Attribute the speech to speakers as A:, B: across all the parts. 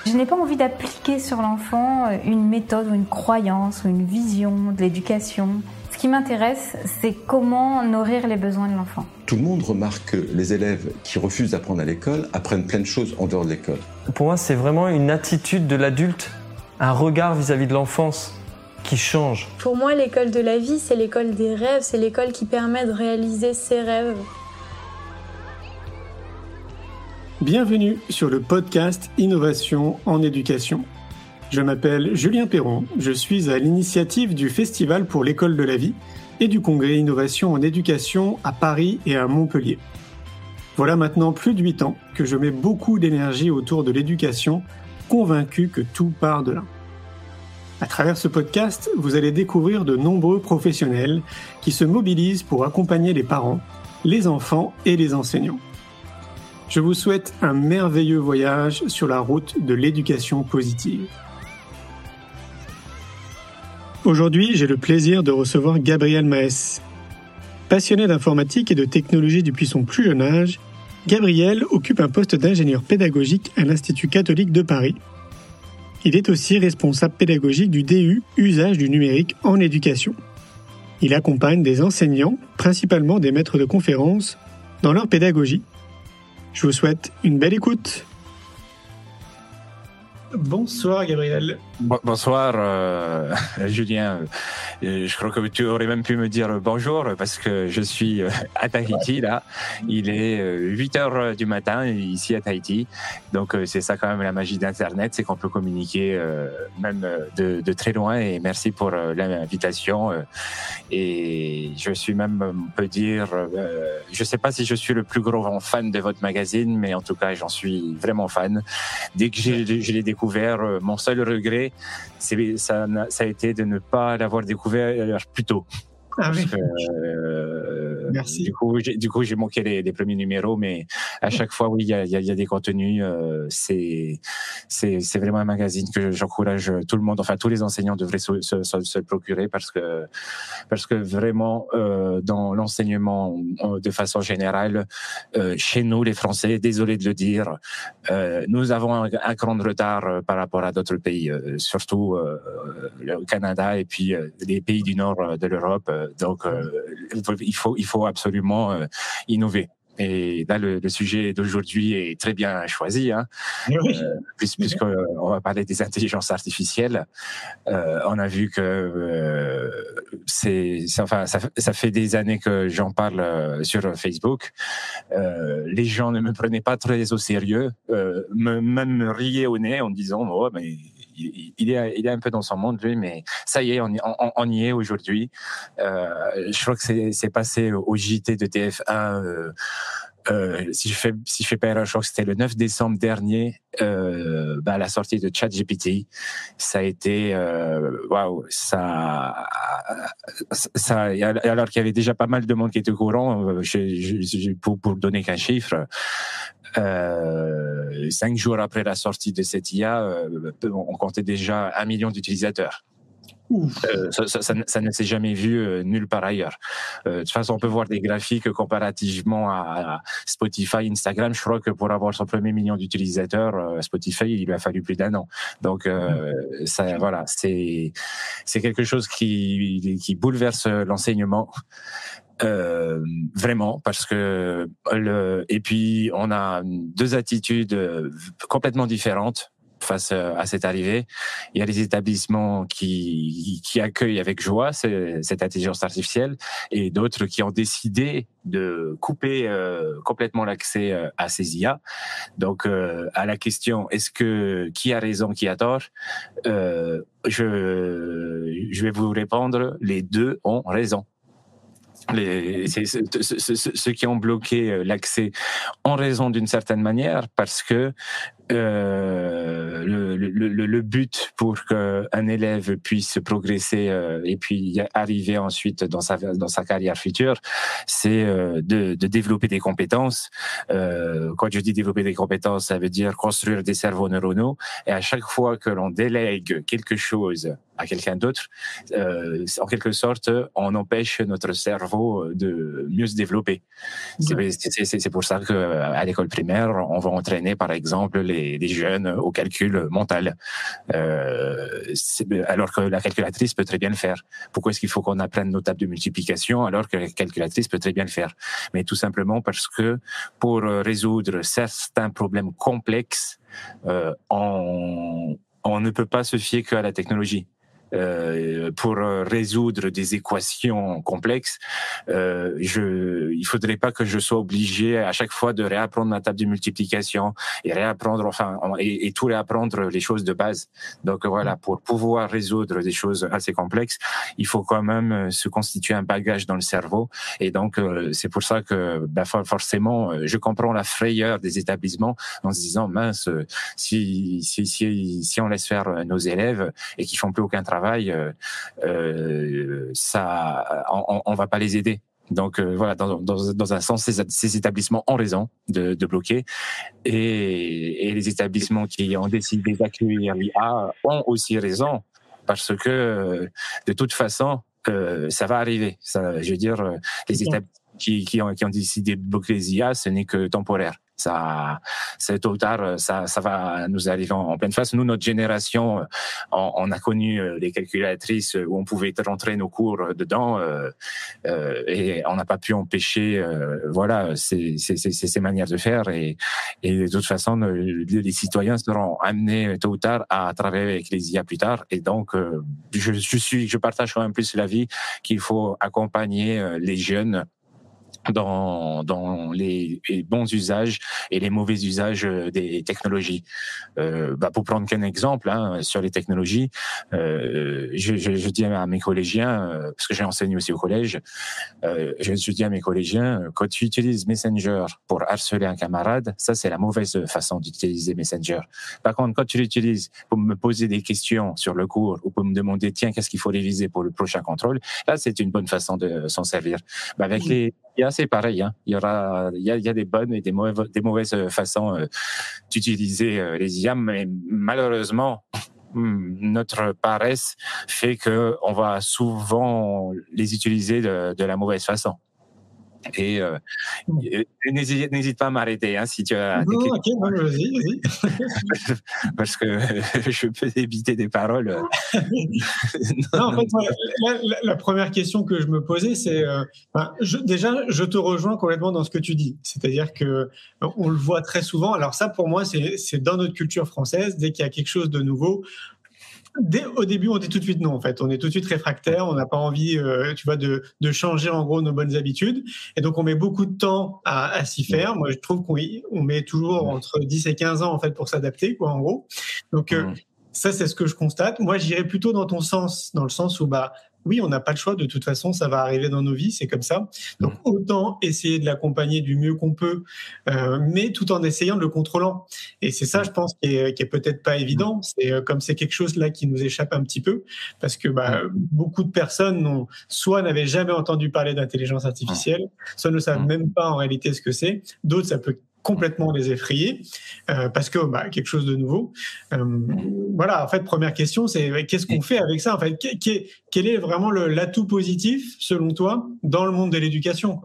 A: Je n'ai pas envie d'appliquer sur l'enfant une méthode ou une croyance ou une vision de l'éducation. Ce qui m'intéresse, c'est comment nourrir les besoins de l'enfant.
B: Tout le monde remarque que les élèves qui refusent d'apprendre à l'école apprennent plein de choses en dehors de l'école.
C: Pour moi, c'est vraiment une attitude de l'adulte, un regard vis-à-vis de l'enfance qui change.
D: Pour moi, l'école de la vie, c'est l'école des rêves, c'est l'école qui permet de réaliser ses rêves.
E: Bienvenue sur le podcast Innovation en éducation. Je m'appelle Julien Perron, je suis à l'initiative du Festival pour l'école de la vie et du congrès Innovation en éducation à Paris et à Montpellier. Voilà maintenant plus de 8 ans que je mets beaucoup d'énergie autour de l'éducation, convaincu que tout part de là. À travers ce podcast, vous allez découvrir de nombreux professionnels qui se mobilisent pour accompagner les parents, les enfants et les enseignants. Je vous souhaite un merveilleux voyage sur la route de l'éducation positive. Aujourd'hui, j'ai le plaisir de recevoir Gabriel Maes. Passionné d'informatique et de technologie depuis son plus jeune âge, Gabriel occupe un poste d'ingénieur pédagogique à l'Institut catholique de Paris. Il est aussi responsable pédagogique du DU Usage du numérique en éducation. Il accompagne des enseignants, principalement des maîtres de conférences, dans leur pédagogie. Je vous souhaite une belle écoute. Bonsoir Gabriel.
F: Bonsoir Julien. Je crois que tu aurais même pu me dire bonjour parce que je suis à Tahiti là. Il est 8h du matin ici à Tahiti. Donc c'est ça quand même la magie d'Internet, c'est qu'on peut communiquer même de très loin. Et merci pour l'invitation. Et je suis même, on peut dire, je sais pas si je suis le plus grand fan de votre magazine, mais en tout cas j'en suis vraiment fan. Dès que je l'ai découvert, mon seul regret, ça a été de ne pas l'avoir découvert plus tôt.
E: Ah oui.
F: Merci. Du coup, j'ai manqué les premiers numéros, mais à chaque fois, oui, il y a des contenus. C'est vraiment un magazine que j'encourage tout le monde. Enfin, tous les enseignants devraient se le procurer parce que vraiment, dans l'enseignement de façon générale, chez nous, les Français, désolé de le dire, nous avons un grand retard par rapport à d'autres pays, surtout le Canada et puis les pays du nord de l'Europe. Donc, il faut absolument innover. Et là, le sujet d'aujourd'hui est très bien choisi, hein,
E: oui.
F: Puisqu'on va parler des intelligences artificielles. On a vu que ça fait des années que j'en parle sur Facebook. Les gens ne me prenaient pas très au sérieux, même me riaient au nez en disant « Oh, mais il est un peu dans son monde, lui, mais ça y est, on y est aujourd'hui. » Je crois que c'est passé au JT de TF1. Si je fais pas erreur, je crois que c'était le 9 décembre dernier, à la sortie de ChatGPT. Ça a été, waouh, alors qu'il y avait déjà pas mal de monde qui était au courant, pour donner qu'un chiffre, 5 jours après la sortie de cette IA, on comptait déjà 1 million d'utilisateurs. Ça ne s'est jamais vu nulle part ailleurs. De toute façon, on peut voir des graphiques comparativement à Spotify, Instagram. Je crois que pour avoir son premier million d'utilisateurs, Spotify, il lui a fallu plus d'1 an. Donc, voilà, c'est quelque chose qui bouleverse l'enseignement. Vraiment, parce que et puis on a 2 attitudes complètement différentes face à cette arrivée. Il y a les établissements qui accueillent avec joie cette intelligence artificielle et d'autres qui ont décidé de couper complètement l'accès à ces IA. Donc, à la question, qui a raison, qui a tort, je vais vous répondre, les deux ont raison. Ceux qui ont bloqué l'accès ont raison d'une certaine manière parce que le but pour qu'un élève puisse progresser et puis arriver ensuite dans sa carrière future, c'est de développer des compétences. Quand je dis développer des compétences, ça veut dire construire des cerveaux neuronaux. Et à chaque fois que l'on délègue quelque chose à quelqu'un d'autre, en quelque sorte, on empêche notre cerveau de mieux se développer. C'est pour ça qu'à l'école primaire, on va entraîner, par exemple, des jeunes au calcul mental, alors que la calculatrice peut très bien le faire. Pourquoi est-ce qu'il faut qu'on apprenne nos tables de multiplication alors que la calculatrice peut très bien le faire? Mais tout simplement parce que pour résoudre certains problèmes complexes, on ne peut pas se fier qu'à la technologie. Pour résoudre des équations complexes, il faudrait pas que je sois obligé à chaque fois de réapprendre ma table de multiplication et et tout réapprendre les choses de base. Donc voilà, pour pouvoir résoudre des choses assez complexes, il faut quand même se constituer un bagage dans le cerveau. Et donc c'est pour ça que forcément, je comprends la frayeur des établissements en se disant mince, si on laisse faire nos élèves et qu'ils font plus aucun travail, on va pas les aider. Donc voilà, dans un sens, ces établissements ont raison de bloquer, et les établissements qui ont décidé d'accueillir l'IA ont aussi raison, parce que de toute façon, ça va arriver. Ça, je veux dire, les établissements qui ont décidé de bloquer les IA, ce n'est que temporaire. Ça, c'est tôt ou tard, ça va nous arriver en pleine face. Nous, notre génération, on a connu les calculatrices où on pouvait rentrer nos cours dedans, et on n'a pas pu empêcher, ces manières de faire. Et de toute façon, les citoyens seront amenés tôt ou tard à travailler avec les IA plus tard. Et donc, je partage quand même plus l'avis qu'il faut accompagner les jeunes dans les bons usages et les mauvais usages des technologies. Pour prendre qu'un exemple sur les technologies, je dis à mes collégiens, parce que j'ai enseigné aussi au collège, je dis à mes collégiens, quand tu utilises Messenger pour harceler un camarade, ça c'est la mauvaise façon d'utiliser Messenger. Par contre, quand tu l'utilises pour me poser des questions sur le cours ou pour me demander tiens, qu'est-ce qu'il faut réviser pour le prochain contrôle, là c'est une bonne façon de s'en servir. Avec les IA, c'est pareil, il y a des bonnes et des mauvaises façons d'utiliser les IA, mais malheureusement, notre paresse fait que on va souvent les utiliser de la mauvaise façon. Et n'hésite pas à m'arrêter si tu as
E: des questions. Ok, vas-y.
F: Parce que je peux éviter des paroles.
E: Non, en fait, la première question que je me posais, c'est déjà, je te rejoins complètement dans ce que tu dis. C'est-à-dire que on le voit très souvent. Alors ça, pour moi, c'est dans notre culture française. Dès qu'il y a quelque chose de nouveau, au début, on dit tout de suite non. En fait, on est tout de suite réfractaire. On n'a pas envie, de changer en gros nos bonnes habitudes. Et donc, on met beaucoup de temps à s'y faire. Moi, je trouve qu'on met toujours entre 10 et 15 ans en fait pour s'adapter, quoi, en gros. Donc, ça, c'est ce que je constate. Moi, j'irais plutôt dans ton sens, dans le sens où oui, on n'a pas le choix. De toute façon, ça va arriver dans nos vies, c'est comme ça. Donc, autant essayer de l'accompagner du mieux qu'on peut, mais tout en essayant de le contrôlant. Et c'est ça, je pense, qui est peut-être pas évident. C'est comme c'est quelque chose là qui nous échappe un petit peu, parce que beaucoup de personnes soit n'avaient jamais entendu parler d'intelligence artificielle, soit ne savent même pas en réalité ce que c'est. D'autres, ça peut complètement les effrayer parce que quelque chose de nouveau. Voilà, en fait, première question, c'est qu'est-ce qu'on fait avec ça en fait? Quel est vraiment l'atout positif, selon toi, dans le monde de l'éducation?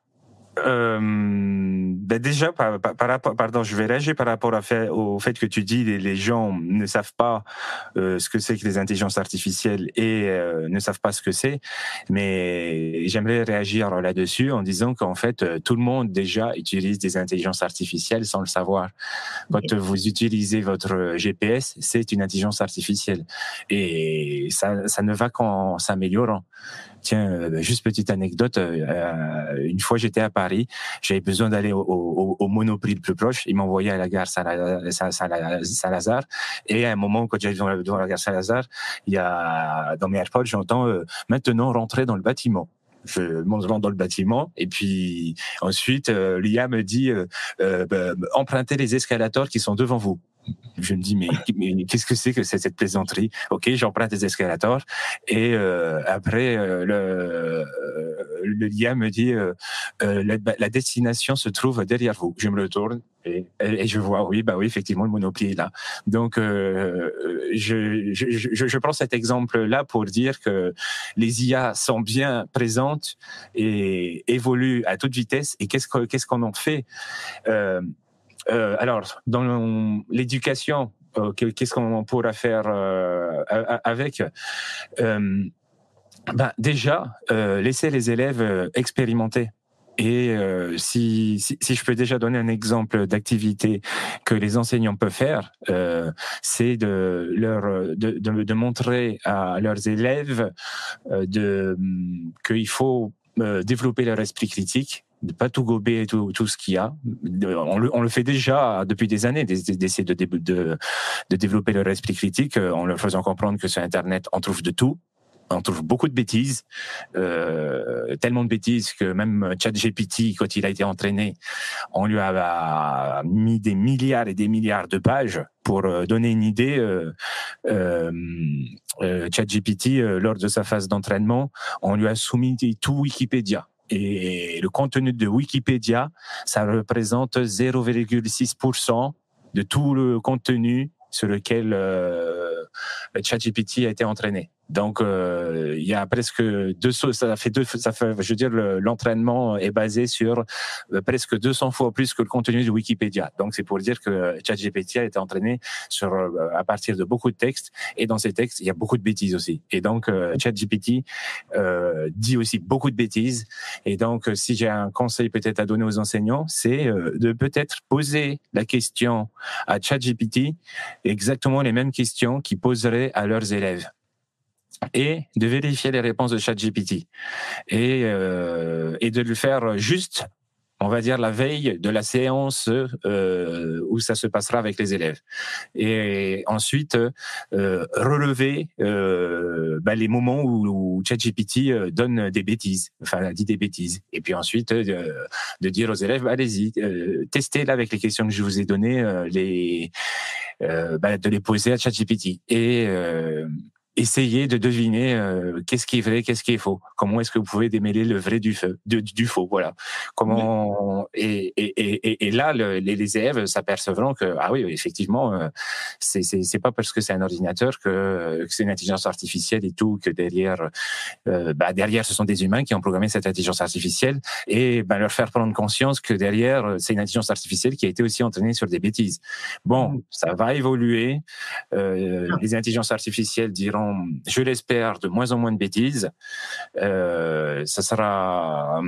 F: Déjà, pardon, je vais réagir par rapport au fait que tu dis les gens ne savent pas ce que c'est que les intelligences artificielles et ne savent pas ce que c'est. Mais j'aimerais réagir là-dessus en disant qu'en fait, tout le monde déjà utilise des intelligences artificielles sans le savoir. Quand vous utilisez votre GPS, c'est une intelligence artificielle. Et ça ne va qu'en s'améliorant. Tiens, juste petite anecdote. Une fois, j'étais à Paris. J'avais besoin d'aller au Monoprix le plus proche. Ils m'envoyaient à la gare Saint-Lazare. Et à un moment, quand j'arrive devant la gare Saint-Lazare, il y a dans mes AirPods, j'entends maintenant rentrer dans le bâtiment. Je monte dans le bâtiment et puis ensuite l'IA me dit empruntez les escalators qui sont devant vous. Je me dis mais qu'est-ce que c'est que cette plaisanterie? Ok, j'emprunte les escalators et après le l'IA me dit la destination se trouve derrière vous. Je me retourne et je vois oui effectivement le Monoprix est là. Donc je prends cet exemple là pour dire que les IA sont bien présentes et évoluent à toute vitesse. Et qu'est-ce qu'on en fait? Alors, dans l'éducation, qu'est-ce qu'on pourra faire avec déjà, laisser les élèves expérimenter. Et si je peux déjà donner un exemple d'activité que les enseignants peuvent faire, c'est de montrer à leurs élèves qu'il faut développer leur esprit critique, de pas tout gober tout ce qu'il y a. On le fait déjà depuis des années, d'essayer de développer leur esprit critique en leur faisant comprendre que sur Internet on trouve de tout. On trouve beaucoup de bêtises, tellement de bêtises que même ChatGPT, quand il a été entraîné, on lui a mis des milliards et des milliards de pages pour donner une idée. ChatGPT, lors de sa phase d'entraînement, on lui a soumis tout Wikipédia. Et le contenu de Wikipédia, ça représente 0,6% de tout le contenu sur lequel ChatGPT a été entraîné. Donc, il y a presque l'entraînement est basé sur presque 200 fois plus que le contenu de Wikipédia. Donc, c'est pour dire que ChatGPT a été entraîné à partir de beaucoup de textes. Et dans ces textes, il y a beaucoup de bêtises aussi. Et donc, ChatGPT dit aussi beaucoup de bêtises. Et donc, si j'ai un conseil peut-être à donner aux enseignants, c'est de peut-être poser la question à ChatGPT, exactement les mêmes questions qu'ils poseraient à leurs élèves. Et de vérifier les réponses de ChatGPT et de le faire juste, on va dire, la veille de la séance où ça se passera avec les élèves. Et ensuite, relever les moments où ChatGPT donne des bêtises, dit des bêtises. Et puis ensuite, de dire aux élèves, allez-y, testez là avec les questions que je vous ai données, de les poser à ChatGPT. Et essayez de deviner qu'est-ce qui est vrai, qu'est-ce qui est faux. Comment est-ce que vous pouvez démêler le vrai du faux, voilà. Comment et là les élèves s'apercevront que oui effectivement c'est pas parce que c'est un ordinateur que c'est une intelligence artificielle et tout que derrière ce sont des humains qui ont programmé cette intelligence artificielle et leur faire prendre conscience que derrière c'est une intelligence artificielle qui a été aussi entraînée sur des bêtises. Bon, ça va évoluer. Les intelligences artificielles diront, je l'espère, de moins en moins de bêtises. Ça sera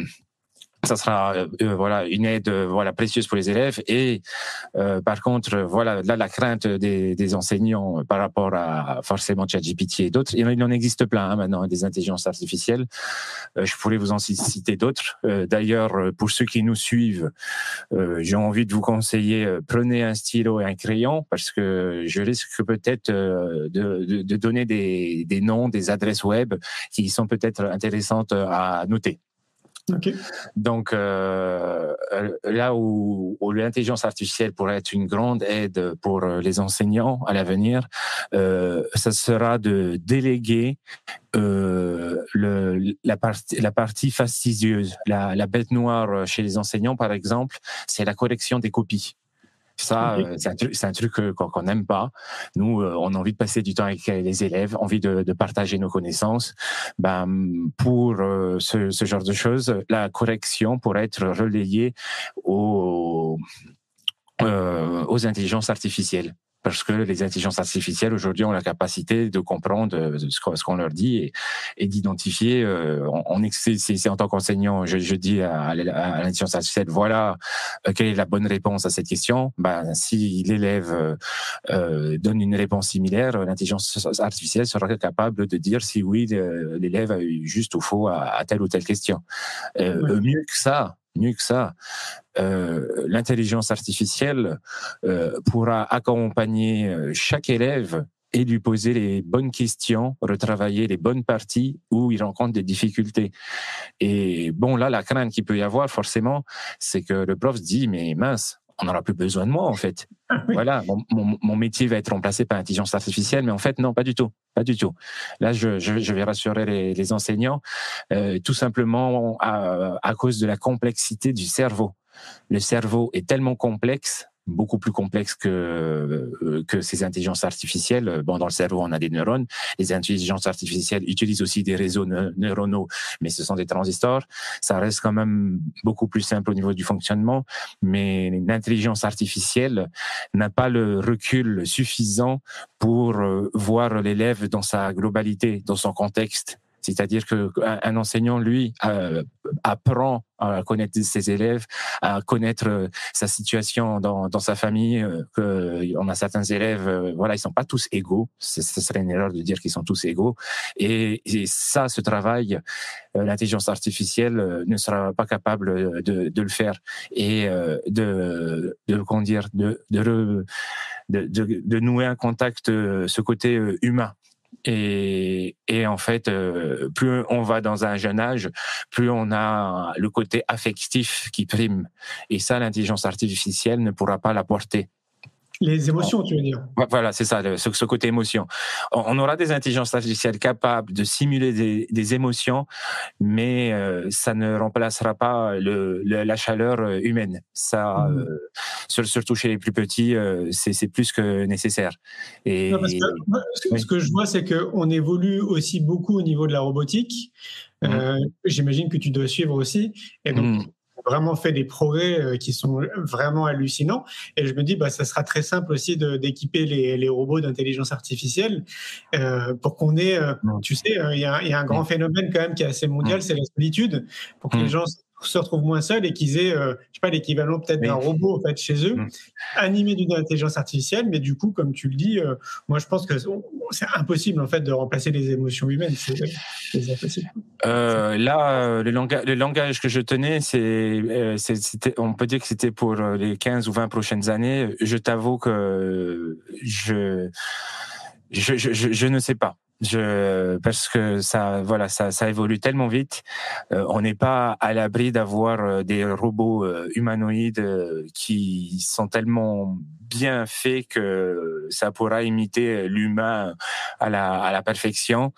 F: une aide précieuse pour les élèves. Et par contre, là la crainte des enseignants par rapport à forcément ChatGPT et d'autres, il en existe plein maintenant, des intelligences artificielles. Je pourrais vous en citer d'autres. D'ailleurs, pour ceux qui nous suivent, j'ai envie de vous conseiller, prenez un stylo et un crayon, parce que je risque peut-être de donner des noms, des adresses web qui sont peut-être intéressantes à noter.
E: Okay.
F: Donc là où l'intelligence artificielle pourrait être une grande aide pour les enseignants à l'avenir, ça sera de déléguer la partie fastidieuse, la bête noire chez les enseignants par exemple, c'est la correction des copies. Ça, c'est un truc qu'on n'aime pas. Nous, on a envie de passer du temps avec les élèves, envie de partager nos connaissances. Pour ce genre de choses, la correction pourrait être relayée aux intelligences artificielles. Parce que les intelligences artificielles aujourd'hui ont la capacité de comprendre ce qu'on leur dit et d'identifier. C'est en tant qu'enseignant, je dis à l'intelligence artificielle, voilà quelle est la bonne réponse à cette question. Si l'élève donne une réponse similaire, l'intelligence artificielle sera capable de dire si oui l'élève a eu juste ou faux à telle ou telle question. Mieux que ça, l'intelligence artificielle pourra accompagner chaque élève et lui poser les bonnes questions, retravailler les bonnes parties où il rencontre des difficultés. Et là, la crainte qu'il peut y avoir forcément, c'est que le prof se dit, mais mince, on n'aura plus besoin de moi en fait. Oui. Voilà, mon métier va être remplacé par l'intelligence artificielle, mais en fait non, pas du tout. Là, je vais rassurer les enseignants, tout simplement à cause de la complexité du cerveau. Le cerveau est tellement complexe beaucoup plus complexe que ces intelligences artificielles. Bon, dans le cerveau, on a des neurones. Les intelligences artificielles utilisent aussi des réseaux neuronaux, mais ce sont des transistors. Ça reste quand même beaucoup plus simple au niveau du fonctionnement, mais l'intelligence artificielle n'a pas le recul suffisant pour voir l'élève dans sa globalité, dans son contexte. C'est-à-dire qu'un enseignant, lui, apprend à connaître ses élèves, à connaître sa situation dans sa famille. On a certains élèves, voilà, ils sont pas tous égaux. Ce serait une erreur de dire qu'ils sont tous égaux. Et ça, ce travail, l'intelligence artificielle ne sera pas capable de le faire et de nouer un contact, ce côté humain. Et en fait, plus on va dans un jeune âge, plus on a le côté affectif qui prime. Et ça, l'intelligence artificielle ne pourra pas l'apporter.
E: Les émotions, tu veux dire?
F: Voilà, c'est ça, ce côté émotion. On aura des intelligences artificielles capables de simuler des émotions, mais ça ne remplacera pas la chaleur humaine. Ça, surtout chez les plus petits, c'est plus que nécessaire. Et
E: non, parce que ce que je vois, c'est qu'on évolue aussi beaucoup au niveau de la robotique. J'imagine que tu dois suivre aussi. Et donc, vraiment fait des progrès qui sont vraiment hallucinants. Et je me dis, ça sera très simple aussi d'équiper les robots d'intelligence artificielle pour qu'on ait, tu sais, il y a un grand phénomène quand même qui est assez mondial, c'est la solitude, pour que les gens se retrouvent moins seuls et qu'ils aient, je sais pas, l'équivalent peut-être d'un robot en fait chez eux, animé d'une intelligence artificielle. Mais du coup, comme tu le dis, moi je pense que c'est impossible en fait de remplacer les émotions humaines. C'est impossible.
F: Là, le langage que je tenais, on peut dire que c'était pour les 15 ou 20 prochaines années. Je t'avoue que je ne sais pas. Parce que ça évolue tellement vite. On n'est pas à l'abri d'avoir des robots humanoïdes qui sont tellement bien faits que ça pourra imiter l'humain à la perfection.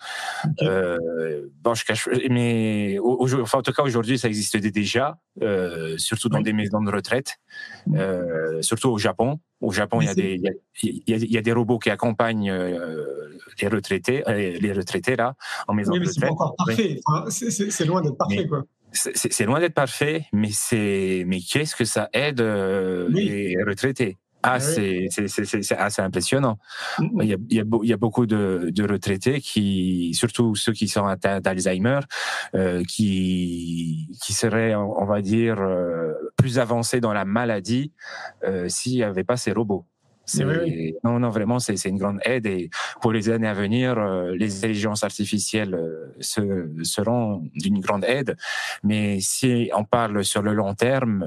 F: Mais en tout cas aujourd'hui, ça existe déjà, surtout dans des maisons de retraite, surtout au Japon. Au Japon, il y a des robots qui accompagnent les retraités là en maison de retraite.
E: Mais c'est pas encore parfait. Enfin, c'est loin d'être parfait, quoi.
F: C'est loin d'être parfait, mais qu'est-ce que ça aide les retraités? C'est assez impressionnant. Il y a beaucoup de retraités surtout ceux qui sont atteints d'Alzheimer, qui seraient, on va dire, plus avancés dans la maladie s'il n'y avait pas ces robots. Non, vraiment, c'est une grande aide, et pour les années à venir, les intelligences artificielles seront d'une grande aide. Mais si on parle sur le long terme,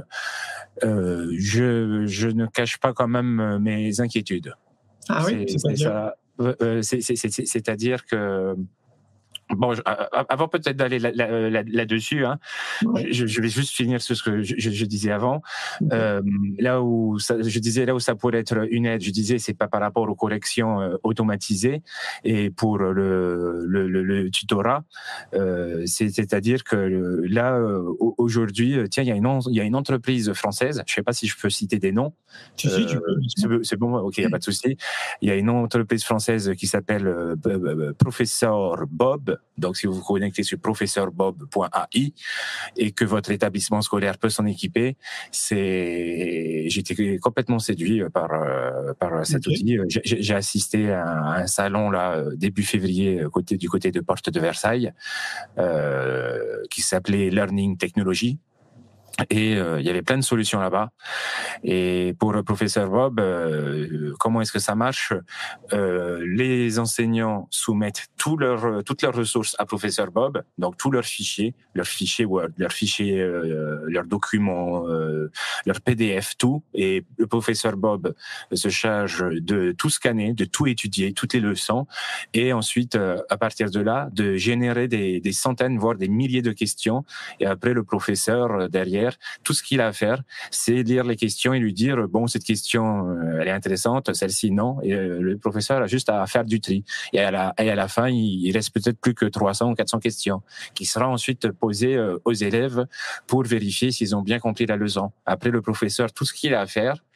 F: je ne cache pas quand même mes inquiétudes.
E: Ah oui,
F: c'est-à-dire que bon, avant peut-être d'aller là-dessus, je vais juste finir ce que je disais avant. Là où ça pourrait être une aide, je disais, c'est pas par rapport aux corrections automatisées et pour le tutorat. C'est-à-dire que là, aujourd'hui, tiens, il y a une entreprise française. Je sais pas si je peux citer des noms.
E: Tu peux.
F: C'est bon, ok, il y a pas de souci. Il y a une entreprise française qui s'appelle Professeur Bob. Donc, si vous vous connectez sur professeurbob.ai et que votre établissement scolaire peut s'en équiper, j'étais complètement séduit par cet outil. J'ai assisté à un salon là début février du côté de Porte de Versailles qui s'appelait Learning Technology. Et il y avait plein de solutions là-bas. Et pour le professeur Bob, comment est-ce que ça marche? Les enseignants soumettent toutes leurs ressources à professeur Bob, donc tous leurs fichiers Word, leurs documents, leurs PDF, tout. Et le professeur Bob se charge de tout scanner, de tout étudier, toutes les leçons, et ensuite, à partir de là, de générer des centaines, voire des milliers de questions. Et après, le professeur derrière, tout ce qu'il a à faire, c'est lire les questions et lui dire bon, cette question elle est intéressante, celle-ci non, et le professeur a juste à faire du tri, et à la fin il reste peut-être plus que 300 ou 400 questions qui sera ensuite posées aux élèves pour vérifier s'ils ont bien compris la leçon. Après, le professeur, tout ce qu'il a à faire,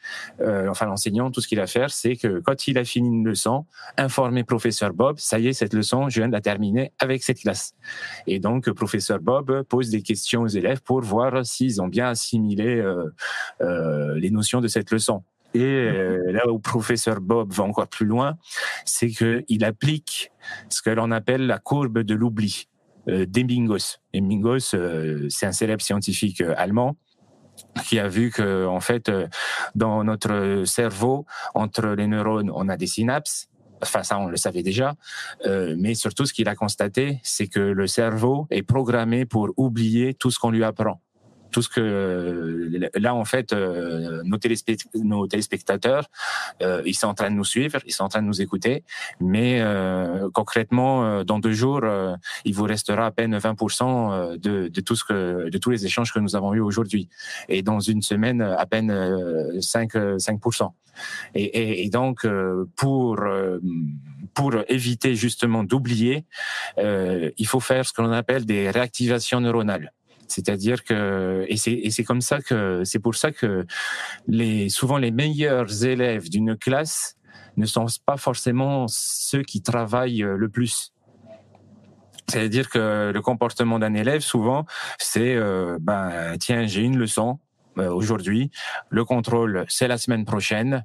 F: l'enseignant, tout ce qu'il a à faire, c'est que quand il a fini une leçon, informer professeur Bob, ça y est, cette leçon, je viens de la terminer avec cette classe. Et donc, professeur Bob pose des questions aux élèves pour voir s'ils ont bien assimilé les notions de cette leçon. Et là où professeur Bob va encore plus loin, c'est qu'il applique ce que l'on appelle la courbe de l'oubli d'Ebbinghaus. Ebbinghaus, c'est un célèbre scientifique allemand qui a vu que, en fait, dans notre cerveau, entre les neurones, on a des synapses. Enfin, ça, on le savait déjà. Mais surtout, ce qu'il a constaté, c'est que le cerveau est programmé pour oublier tout ce qu'on lui apprend. Tout ce que là, en fait, nos téléspectateurs, ils sont en train de nous suivre, ils sont en train de nous écouter, mais concrètement, dans 2 jours, il vous restera à peine 20% de tous les échanges que nous avons eus aujourd'hui, et dans une semaine, à peine 5%. Et donc, pour éviter justement d'oublier, il faut faire ce que l'on appelle des réactivations neuronales. C'est-à-dire que, et c'est comme ça que, c'est pour ça que souvent les meilleurs élèves d'une classe ne sont pas forcément ceux qui travaillent le plus. C'est-à-dire que le comportement d'un élève, souvent, c'est, tiens, j'ai une leçon aujourd'hui, le contrôle, c'est la semaine prochaine,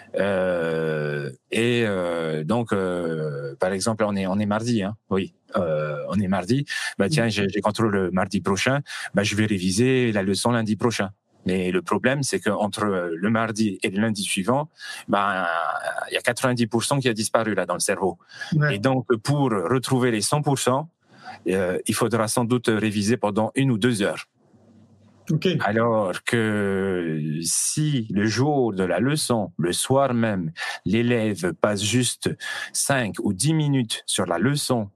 F: donc, par exemple, on est mardi, hein, oui. On est mardi, tiens, j'ai contrôle le mardi prochain, je vais réviser la leçon lundi prochain. Mais le problème, c'est qu'entre le mardi et le lundi suivant, il y a 90% qui a disparu là dans le cerveau. Ouais. Et donc, pour retrouver les 100%, il faudra sans doute réviser pendant 1 ou 2 heures. Okay. Alors que si le jour de la leçon, le soir même, l'élève passe juste 5 ou 10 minutes sur la leçon,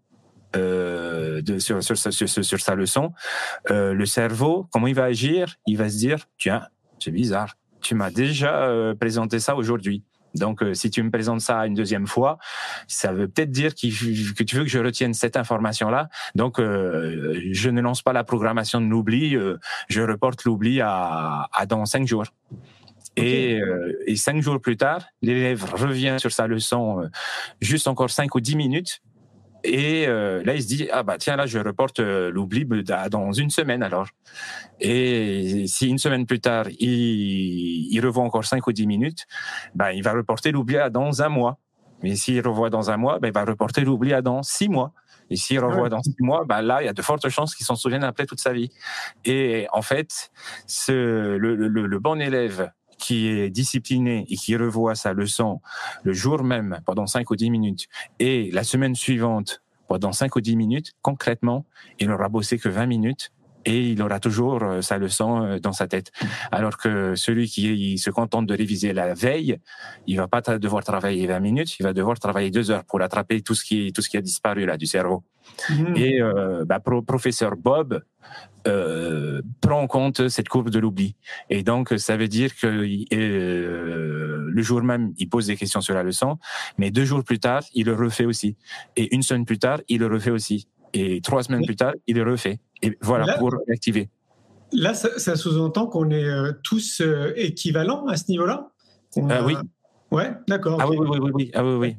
F: sur sa leçon, le cerveau, comment il va agir? Il va se dire, tiens, c'est bizarre, tu m'as déjà présenté ça aujourd'hui. Donc, si tu me présentes ça une deuxième fois, ça veut peut-être dire que tu veux que je retienne cette information-là. Donc, je ne lance pas la programmation de l'oubli, je reporte l'oubli à dans 5 jours. Okay. Et 5 jours plus tard, l'élève revient sur sa leçon juste encore 5 ou 10 minutes. Et là, il se dit, tiens, là, je reporte l'oubli dans 1 semaine alors. Et si 1 semaine plus tard, il revoit encore 5 ou 10 minutes, il va reporter l'oubli à dans 1 mois. Mais s'il revoit dans 1 mois, il va reporter l'oubli à dans 6 mois. Et s'il revoit dans 6 mois, là, il y a de fortes chances qu'il s'en souvienne après toute sa vie. Et en fait, le bon élève qui est discipliné et qui revoit sa leçon le jour même pendant 5 ou 10 minutes et la semaine suivante pendant 5 ou 10 minutes, concrètement, il n'aura bossé que 20 minutes et il aura toujours sa leçon dans sa tête. Alors que celui qui se contente de réviser la veille, il va pas devoir travailler 20 minutes, il va devoir travailler 2 heures pour attraper tout ce qui a disparu là du cerveau. Mmh. Et professeur Bob prend en compte cette courbe de l'oubli. Et donc, ça veut dire que le jour même, il pose des questions sur la leçon, mais 2 jours plus tard, il le refait aussi. Et 1 semaine plus tard, il le refait aussi. Et 3 semaines plus tard, il le refait. Et voilà, là, pour l'activer.
E: Là, ça sous-entend qu'on est tous équivalents à ce niveau-là?
F: Oui.
E: Ouais, d'accord.
F: Ah okay. Oui. Ah oui.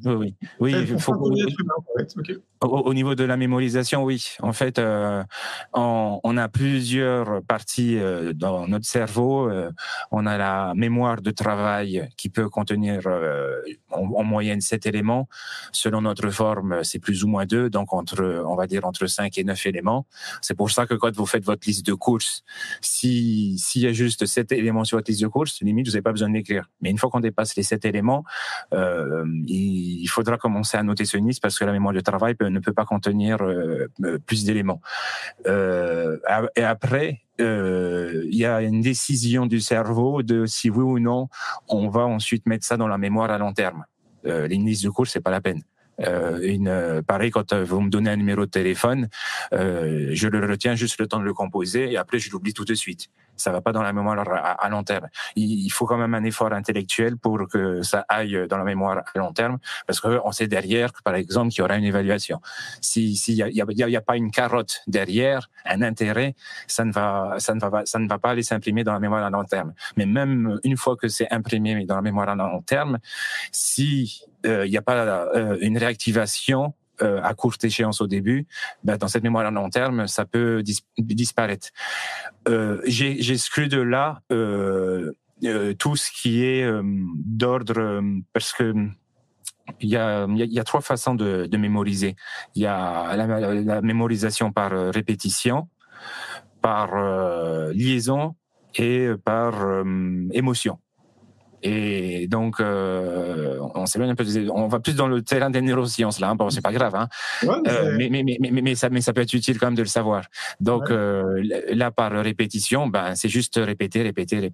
F: Okay. Au niveau de la mémorisation, oui. En fait, on a plusieurs parties dans notre cerveau. On a la mémoire de travail qui peut contenir en moyenne 7 éléments. Selon notre forme, c'est plus ou moins 2, donc on va dire entre 5 et 9 éléments. C'est pour ça que quand vous faites votre liste de courses, s'il y a juste 7 éléments sur votre liste de courses, limite, vous n'avez pas besoin de l'écrire. Mais une fois qu'on dépasse les 7 éléments, il faudra commencer à noter ce liste parce que la mémoire de travail ne peut pas contenir plus d'éléments. Et après, il y a une décision du cerveau de si oui ou non on va ensuite mettre ça dans la mémoire à long terme. Les listes de courses, c'est pas la peine. Pareil, quand vous me donnez un numéro de téléphone, je le retiens juste le temps de le composer et après je l'oublie tout de suite. Ça va pas dans la mémoire à long terme. Il faut quand même un effort intellectuel pour que ça aille dans la mémoire à long terme, parce qu'on sait derrière, par exemple, qu'il y aura une évaluation. S'il y a pas une carotte derrière, un intérêt, ça ne va pas aller s'imprimer dans la mémoire à long terme. Mais même une fois que c'est imprimé dans la mémoire à long terme, si il n'y a pas une réactivation à courte échéance au début, dans cette mémoire à long terme, ça peut disparaître. J'ai exclu de là tout ce qui est d'ordre, parce que il y a trois façons de mémoriser. Il y a la mémorisation par répétition, par liaison et par émotion. Et donc, on s'éloigne un peu. On va plus dans le terrain des neurosciences là. Bon, c'est pas grave, hein. Ouais, mais ça peut être utile quand même de le savoir. Donc là, par répétition, c'est juste répéter.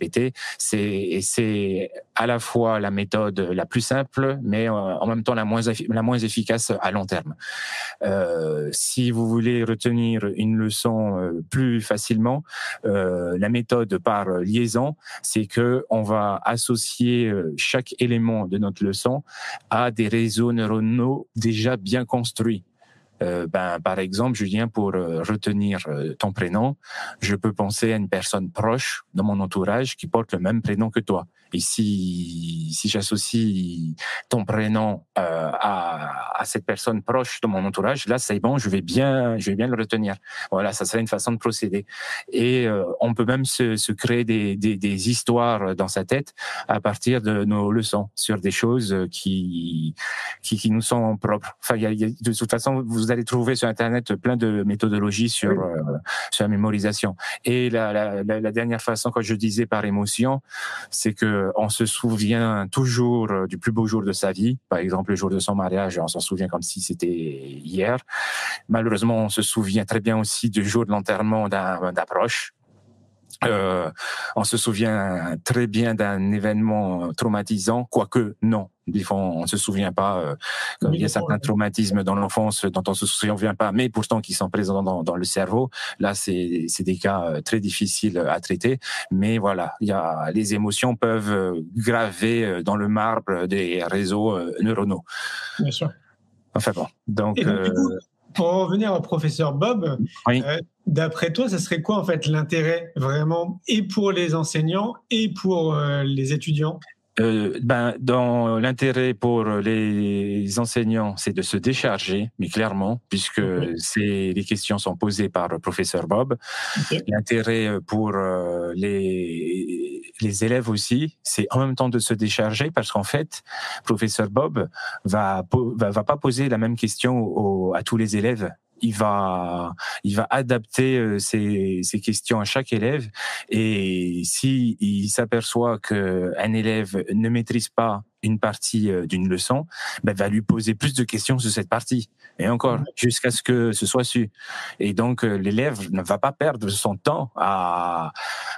F: C'est à la fois la méthode la plus simple, mais en même temps la moins efficace à long terme. Si vous voulez retenir une leçon plus facilement, la méthode par liaison, c'est que on va associer chaque élément de notre leçon à des réseaux neuronaux déjà bien construits. Par exemple, Julien, pour retenir ton prénom, je peux penser à une personne proche dans mon entourage qui porte le même prénom que toi. Et si j'associe ton prénom à cette personne proche de mon entourage, là c'est bon, je vais bien le retenir. Voilà, ça serait une façon de procéder. Et on peut même se créer des histoires dans sa tête à partir de nos leçons sur des choses qui nous sont propres. Enfin, de toute façon, vous allez trouver sur Internet plein de méthodologies sur la mémorisation. Et la dernière façon, quand je disais par émotion, c'est que on se souvient toujours du plus beau jour de sa vie. Par exemple, le jour de son mariage, on s'en souvient comme si c'était hier. Malheureusement, on se souvient très bien aussi du jour de l'enterrement d'un proche. On se souvient très bien d'un événement traumatisant, quoique non. Des fois, on ne se souvient pas. Il y a certains traumatismes dans l'enfance dont on ne se souvient pas, mais pourtant qui sont présents dans le cerveau. Là, c'est des cas très difficiles à traiter. Mais voilà, les émotions peuvent graver dans le marbre des réseaux neuronaux.
E: Bien sûr.
F: Enfin bon. Donc,
E: du coup, pour en revenir au professeur Bob, oui. D'après toi, ça serait quoi en fait l'intérêt vraiment et pour les enseignants et pour les étudiants?
F: Dans l'intérêt pour les enseignants, c'est de se décharger, mais clairement, puisque les questions sont posées par le professeur Bob. L'intérêt pour les élèves aussi, c'est en même temps de se décharger, parce qu'en fait, professeur Bob va pas poser la même question à tous les élèves. Il va adapter ces questions à chaque élève, et si il s'aperçoit qu'un élève ne maîtrise pas une partie d'une leçon, va lui poser plus de questions sur cette partie, et encore jusqu'à ce que ce soit su. Et donc l'élève ne va pas perdre son temps à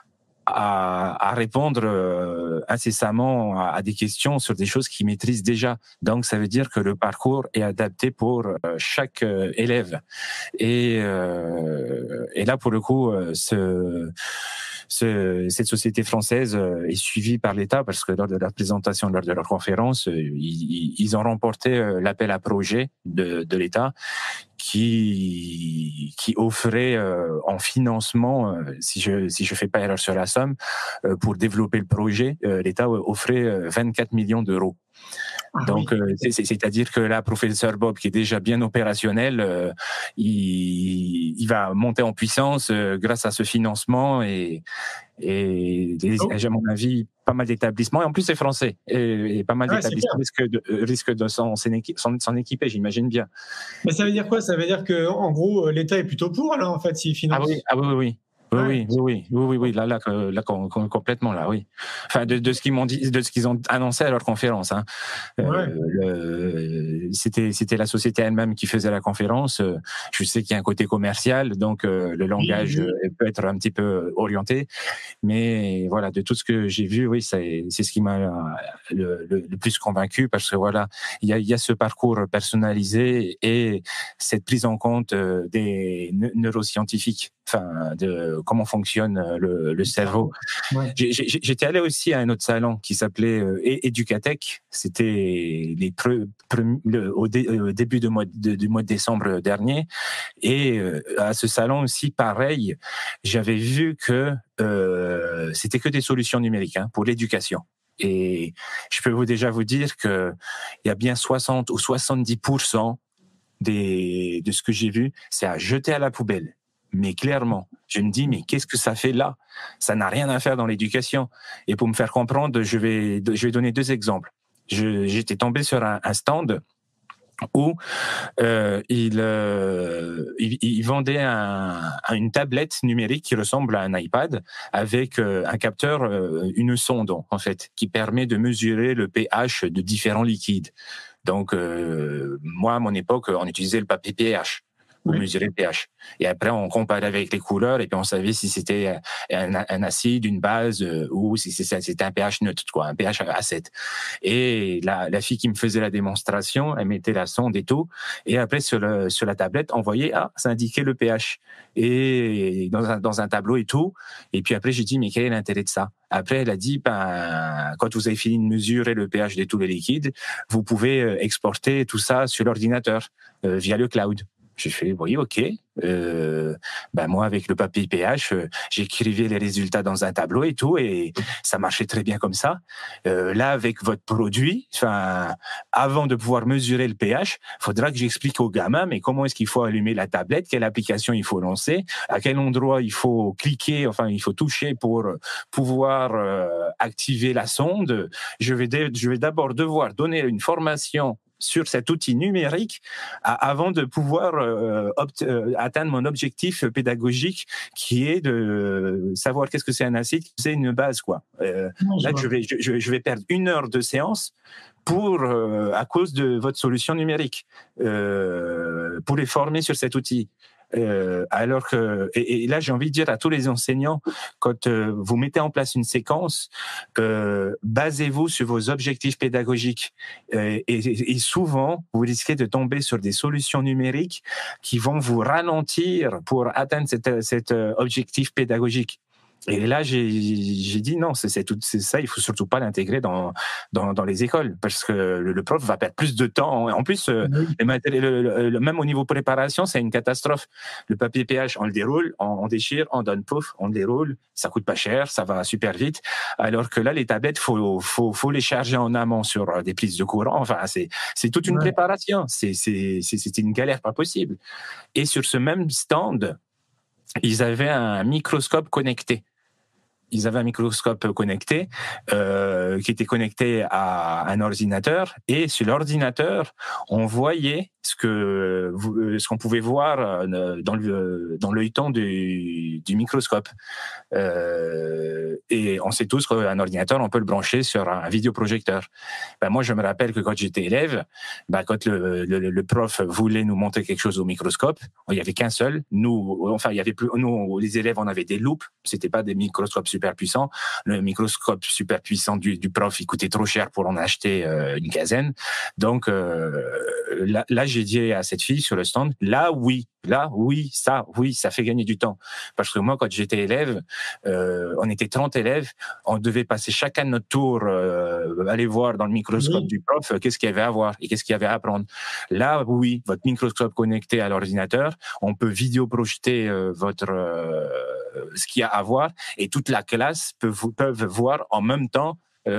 F: répondre incessamment à des questions sur des choses qu'il maîtrise déjà. Donc, ça veut dire que le parcours est adapté pour chaque élève. Et là, pour le coup, cette société française est suivie par l'État, parce que lors de la présentation, lors de leur conférence, ils ont remporté l'appel à projet de l'État qui offrait en financement, si je fais pas erreur sur la somme, pour développer le projet, l'État offrait 24 millions d'euros. Donc, c'est-à-dire que là, professeur Bob, qui est déjà bien opérationnel, il va monter en puissance grâce à ce financement, et à mon avis, pas mal d'établissements, et en plus c'est français, et pas mal d'établissements risquent de s'en équiper, j'imagine bien.
E: Mais ça veut dire quoi? Ça veut dire que en gros l'État est plutôt pour, alors en fait, s'il finance.
F: Oui. Oui. Là, complètement, là, oui. Enfin, de ce qu'ils m'ont dit, de ce qu'ils ont annoncé à leur conférence. Hein. C'était la société elle-même qui faisait la conférence. Je sais qu'il y a un côté commercial, donc le langage peut être un petit peu orienté. Mais voilà, de tout ce que j'ai vu, oui, c'est ce qui m'a le plus convaincu, parce que voilà, il y a ce parcours personnalisé et cette prise en compte des neuroscientifiques, enfin de comment fonctionne le cerveau. Ouais. J'étais allé aussi à un autre salon qui s'appelait Educatech. C'était au début du mois de décembre dernier, et à ce salon aussi, pareil, j'avais vu que c'était que des solutions numériques pour l'éducation. Et je peux déjà vous dire que il y a bien 60 ou 70% de ce que j'ai vu, c'est à jeter à la poubelle. Mais clairement, je me dis, mais qu'est-ce que ça fait là? Ça n'a rien à faire dans l'éducation. Et pour me faire comprendre, je vais donner 2 exemples. J'étais tombé sur un stand où il vendait une tablette numérique qui ressemble à un iPad, avec un capteur, une sonde en fait, qui permet de mesurer le pH de différents liquides. Donc moi, à mon époque, on utilisait le papier pH pour mesurer le pH. Et après, on comparait avec les couleurs, et puis on savait si c'était un acide, une base, ou si c'était un pH neutre, quoi, un pH à 7. Et la fille qui me faisait la démonstration, elle mettait la sonde et tout, et après sur la tablette, on voyait, ça indiquait le pH, et dans un tableau et tout. Et puis après, j'ai dit, mais quel est l'intérêt de ça? Après, elle a dit, quand vous avez fini de mesurer le pH de tous les liquides, vous pouvez exporter tout ça sur l'ordinateur via le cloud. J'ai fait, oui, ok. Moi, avec le papier pH, j'écrivais les résultats dans un tableau et tout, et ça marchait très bien comme ça. Là, avec votre produit, avant de pouvoir mesurer le pH, faudra que j'explique aux gamins, mais comment est-ce qu'il faut allumer la tablette, quelle application il faut lancer, à quel endroit il faut cliquer, il faut toucher pour pouvoir activer la sonde. Je vais d'abord devoir donner une formation sur cet outil numérique avant de pouvoir atteindre mon objectif pédagogique, qui est de savoir qu'est-ce que c'est un acide, c'est une base, quoi. Là, je vais perdre 1 heure de séance à cause de votre solution numérique, pour les former sur cet outil. Alors que, et là, j'ai envie de dire à tous les enseignants, quand vous mettez en place une séquence, basez-vous sur vos objectifs pédagogiques, et souvent vous risquez de tomber sur des solutions numériques qui vont vous ralentir pour atteindre cet objectif pédagogique. Et là, j'ai dit non, c'est ça, il faut surtout pas l'intégrer dans les écoles, parce que le prof va perdre plus de temps. En plus, même au niveau préparation, c'est une catastrophe. Le papier pH, on le déroule, on déchire, on donne pouf, on le déroule, ça coûte pas cher, ça va super vite. Alors que là, les tablettes, faut les charger en amont sur des prises de courant. C'est toute une préparation. C'est une galère pas possible. Et sur ce même stand, ils avaient un microscope connecté. Ils avaient un microscope connecté qui était connecté à un ordinateur, et sur l'ordinateur, on voyait ce qu'on pouvait voir dans l'œilleton du microscope. Et on sait tous qu'un ordinateur, on peut le brancher sur un vidéoprojecteur. Moi, je me rappelle que quand j'étais élève, quand le prof voulait nous montrer quelque chose au microscope, il y avait qu'un seul. Nous, les élèves, on avait des loupes. C'était pas des microscopes super puissants. Le microscope super puissant du prof, il coûtait trop cher pour en acheter une quinzaine. Donc là, j'ai dit à cette fille sur le stand, ça fait gagner du temps. Parce que moi, quand j'étais élève, on était 30 élèves, on devait passer chacun notre tour, aller voir dans le microscope du prof qu'est-ce qu'il y avait à voir et qu'est-ce qu'il y avait à apprendre. Là, votre microscope connecté à l'ordinateur, on peut vidéo-projeter ce qu'il y a à voir, et toute la classe peuvent voir en même temps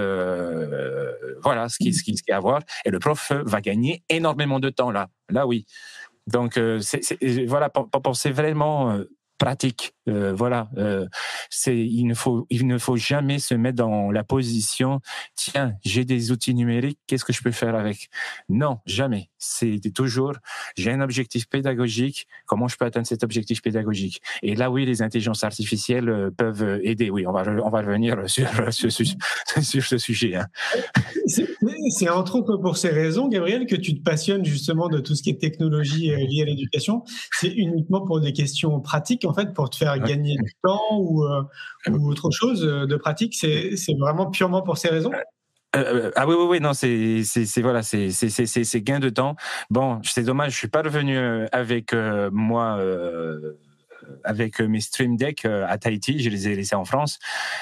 F: ce qu'il y a à voir, et le prof va gagner énormément de temps là oui. Donc pensez vraiment pratique. Voilà, il ne faut jamais se mettre dans la position, tiens, j'ai des outils numériques, qu'est-ce que je peux faire avec? Non, jamais. C'est toujours, j'ai un objectif pédagogique, comment je peux atteindre cet objectif pédagogique? Et là, oui, les intelligences artificielles peuvent aider. Oui, on va revenir sur ce sujet. Hein.
E: C'est entre autres pour ces raisons, Gabriel, que tu te passionnes justement de tout ce qui est technologie liée à l'éducation. C'est uniquement pour des questions pratiques, en fait, pour te faire gagner du temps ou autre chose de pratique. C'est vraiment purement pour ces raisons.
F: Ah oui, non, c'est gain de temps. Bon, c'est dommage, je suis pas revenu avec moi. Avec mes Stream Deck à Tahiti, je les ai laissés en France.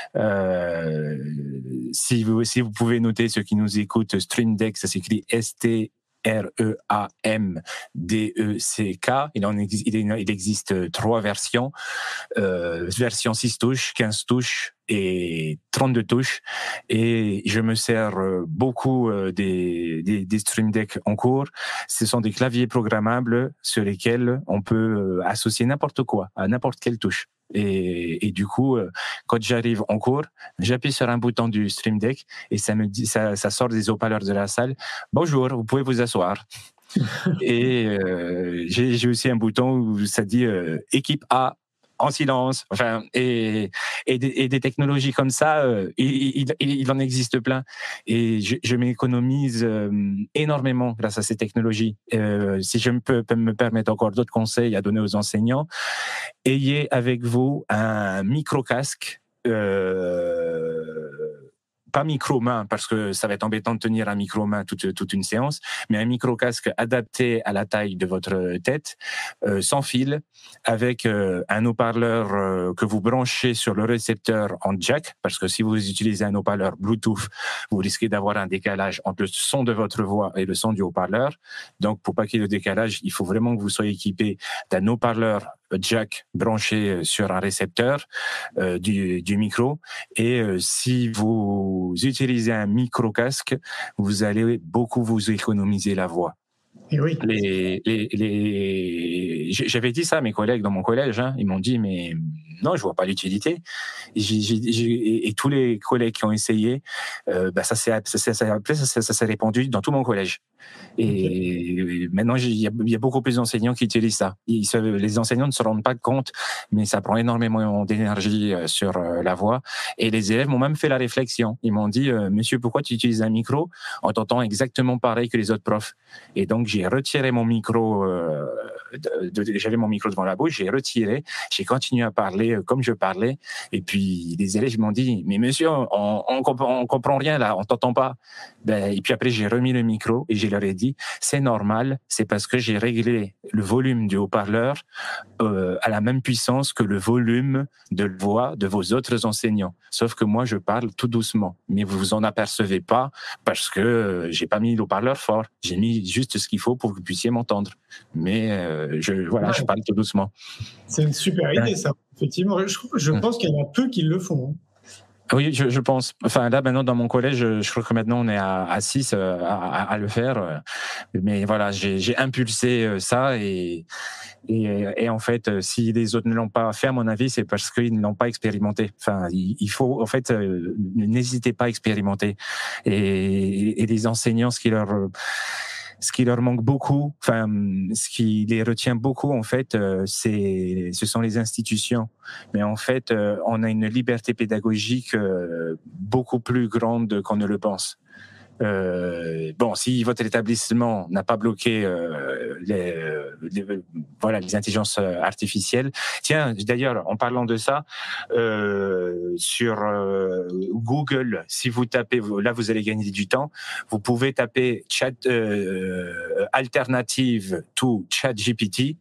F: Si vous pouvez noter ceux qui nous écoutent, Stream Deck, ça s'écrit STREAMDECK. Il existe 3 versions. Version 6 touches, 15 touches et 32 touches. Et je me sers beaucoup des Stream Deck en cours. Ce sont des claviers programmables sur lesquels on peut associer n'importe quoi à n'importe quelle touche. Et du coup, quand j'arrive en cours, j'appuie sur un bouton du Stream Deck et ça sort des haut-parleurs de la salle. Bonjour, vous pouvez vous asseoir. Et j'ai aussi un bouton où ça dit équipe A en silence. Enfin, et des technologies comme ça, il en existe plein. Et je m'économise énormément grâce à ces technologies. Si je peux me permettre encore d'autres conseils à donner aux enseignants, ayez avec vous un micro-casque, pas micro-main, parce que ça va être embêtant de tenir un micro-main toute une séance, mais un micro-casque adapté à la taille de votre tête, sans fil, avec un haut-parleur que vous branchez sur le récepteur en jack, parce que si vous utilisez un haut-parleur Bluetooth, vous risquez d'avoir un décalage entre le son de votre voix et le son du haut-parleur. Donc, pour pas qu'il y ait de décalage, il faut vraiment que vous soyez équipé d'un haut-parleur jack branché sur un récepteur du micro. Et si vous utilisez un micro-casque, vous allez beaucoup vous économiser la voix.
E: Et oui.
F: J'avais dit ça à mes collègues dans mon collège, hein. Ils m'ont dit, mais non, je vois pas l'utilité. Et tous les collègues qui ont essayé, ça s'est répandu dans tout mon collège. Et maintenant, il y a beaucoup plus d'enseignants qui utilisent ça. Les enseignants ne se rendent pas compte, mais ça prend énormément d'énergie sur la voix. Et les élèves m'ont même fait la réflexion. Ils m'ont dit, monsieur, pourquoi tu utilises un micro? On t'entend exactement pareil que les autres profs. Et donc, j'ai retiré mon micro, j'avais mon micro devant la bouche, j'ai retiré, j'ai continué à parler comme je parlais. Et puis, les élèves m'ont dit, mais monsieur, on comprend rien là, on t'entend pas. Et puis après, j'ai remis le micro et je leur ai dit, c'est normal, c'est parce que j'ai réglé le volume du haut-parleur à la même puissance que le volume de voix de vos autres enseignants. Sauf que moi, je parle tout doucement. Mais vous vous en apercevez pas parce que j'ai pas mis le haut-parleur fort. J'ai mis juste ce qu'il faut pour que vous puissiez m'entendre. Mais je parle tout doucement.
E: C'est une super idée, ça. Effectivement, je pense qu'il y en a peu qui le font.
F: Oui, je pense. Enfin, là, maintenant, dans mon collège, je crois que maintenant, on est à 6 à le faire. Mais voilà, j'ai impulsé ça et en fait, si les autres ne l'ont pas fait, à mon avis, c'est parce qu'ils ne l'ont pas expérimenté. Enfin, il faut, en fait, n'hésitez pas à expérimenter. Et les enseignants, ce qui leur manque beaucoup, enfin, ce qui les retient beaucoup, en fait, ce sont les institutions. Mais en fait, on a une liberté pédagogique beaucoup plus grande qu'on ne le pense. Si votre établissement n'a pas bloqué les intelligences artificielles. Tiens, d'ailleurs, en parlant de ça, sur Google, si vous tapez, là vous allez gagner du temps, vous pouvez taper chat alternative to ChatGPT.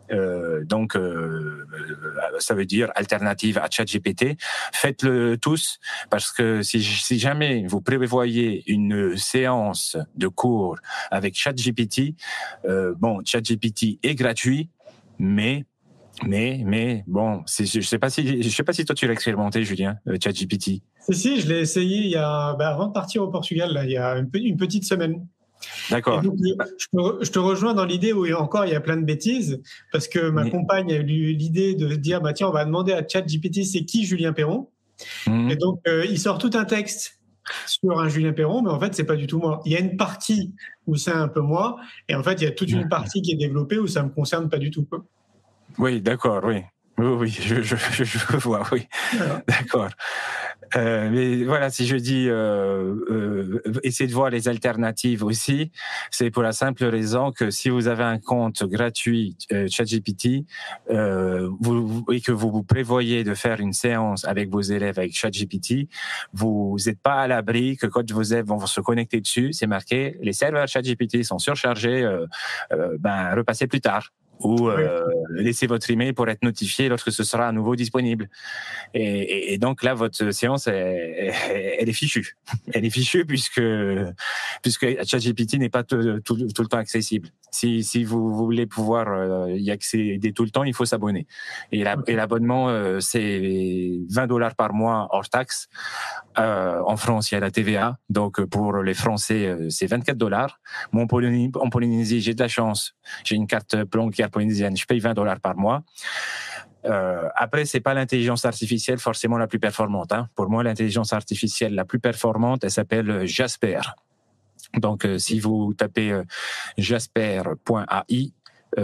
F: Ça veut dire alternative à ChatGPT. Faites-le tous, parce que si jamais vous prévoyez une séance de cours avec ChatGPT, ChatGPT est gratuit, mais bon, je sais pas si toi tu l'as expérimenté, Julien, ChatGPT.
E: Si, je l'ai essayé avant de partir au Portugal, là, il y a une petite semaine.
F: D'accord.
E: Donc, je te rejoins dans l'idée où encore il y a plein de bêtises, parce que ma compagne a eu l'idée de dire tiens, on va demander à ChatGPT c'est qui Julien Perron. Et donc il sort tout un texte sur un Julien Perron, mais en fait c'est pas du tout moi. Il y a une partie où c'est un peu moi, et en fait il y a toute une partie qui est développée où ça me concerne pas du tout, quoi.
F: Oui, d'accord, oui. Oui, je vois, oui. Voilà. D'accord. Mais voilà, si je dis essayez de voir les alternatives aussi, c'est pour la simple raison que si vous avez un compte gratuit ChatGPT et que vous prévoyez de faire une séance avec vos élèves avec ChatGPT, vous n'êtes pas à l'abri que quand vos élèves vont se connecter dessus, c'est marqué les serveurs ChatGPT sont surchargés, repassez plus tard. Ou laissez votre email pour être notifié lorsque ce sera à nouveau disponible. Et donc là, votre séance, elle est fichue. Elle est fichue puisque ChatGPT n'est pas tout le temps accessible. Si vous voulez pouvoir y accéder tout le temps, il faut s'abonner. Et l'abonnement, c'est $20 par mois hors taxe. En France, il y a la TVA. Donc pour les Français, c'est $24. Moi, en Polynésie, j'ai de la chance. J'ai une carte bancaire polynésienne. Je paye $20 par mois. Après, c'est pas l'intelligence artificielle forcément la plus performante. Pour moi, l'intelligence artificielle la plus performante, elle s'appelle Jasper. Donc, si vous tapez jasper.ai,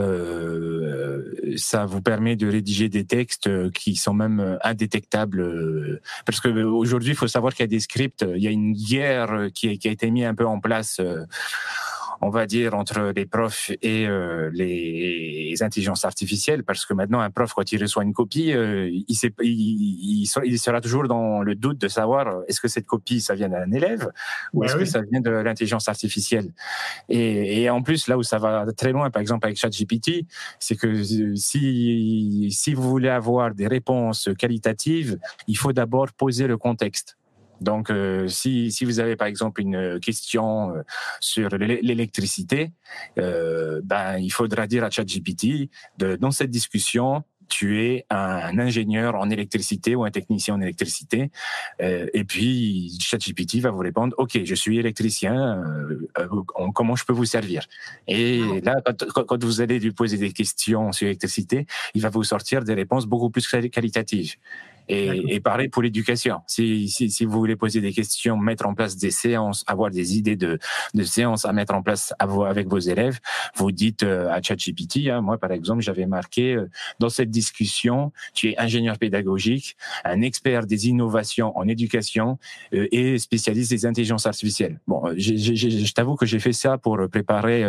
F: ça vous permet de rédiger des textes qui sont même indétectables. Parce que aujourd'hui, il faut savoir qu'il y a des scripts, il y a une guerre qui a été mise un peu en place. On va dire entre les profs et les intelligences artificielles, parce que maintenant un prof quand il reçoit une copie, il sera toujours dans le doute de savoir est-ce que cette copie ça vient d'un élève ou est-ce que ça vient de l'intelligence artificielle. Et en plus là où ça va très loin, par exemple avec ChatGPT, c'est que si vous voulez avoir des réponses qualitatives, il faut d'abord poser le contexte. Donc, si vous avez par exemple une question sur l'électricité, il faudra dire à ChatGPT dans cette discussion, tu es un ingénieur en électricité ou un technicien en électricité, et puis ChatGPT va vous répondre, ok, je suis électricien, comment je peux vous servir? Et là, quand vous allez lui poser des questions sur l'électricité, il va vous sortir des réponses beaucoup plus qualitatives. Et pareil pour l'éducation. Si vous voulez poser des questions, mettre en place des séances, avoir des idées de séances à mettre en place avec vos élèves, vous dites à ChatGPT, moi par exemple, j'avais marqué dans cette discussion, tu es ingénieur pédagogique, un expert des innovations en éducation et spécialiste des intelligences artificielles. Bon, je t'avoue que j'ai fait ça pour préparer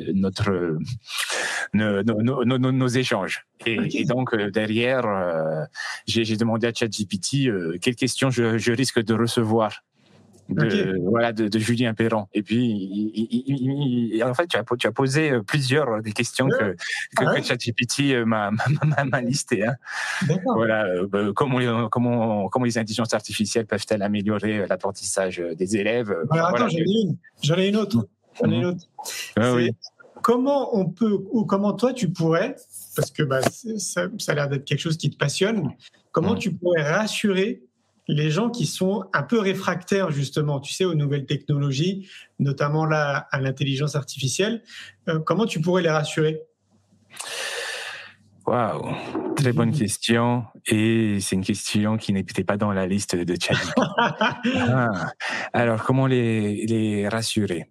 F: nos échanges. Et donc derrière, j'ai demandé à ChatGPT quelles questions je risque de recevoir de Julien Perron. Et puis en fait tu as posé plusieurs des questions que ChatGPT m'a listées. Voilà, comment les intelligences artificielles peuvent-elles améliorer l'apprentissage des élèves.
E: Alors attends, j'en ai une autre. Comment on peut, ou comment toi tu pourrais, parce que ça a l'air d'être quelque chose qui te passionne, comment tu pourrais rassurer les gens qui sont un peu réfractaires justement, tu sais, aux nouvelles technologies, notamment là à l'intelligence artificielle, comment tu pourrais les rassurer?
F: Waouh, très bonne question, et c'est une question qui n'était pas dans la liste de ChatGPT. Alors comment les rassurer?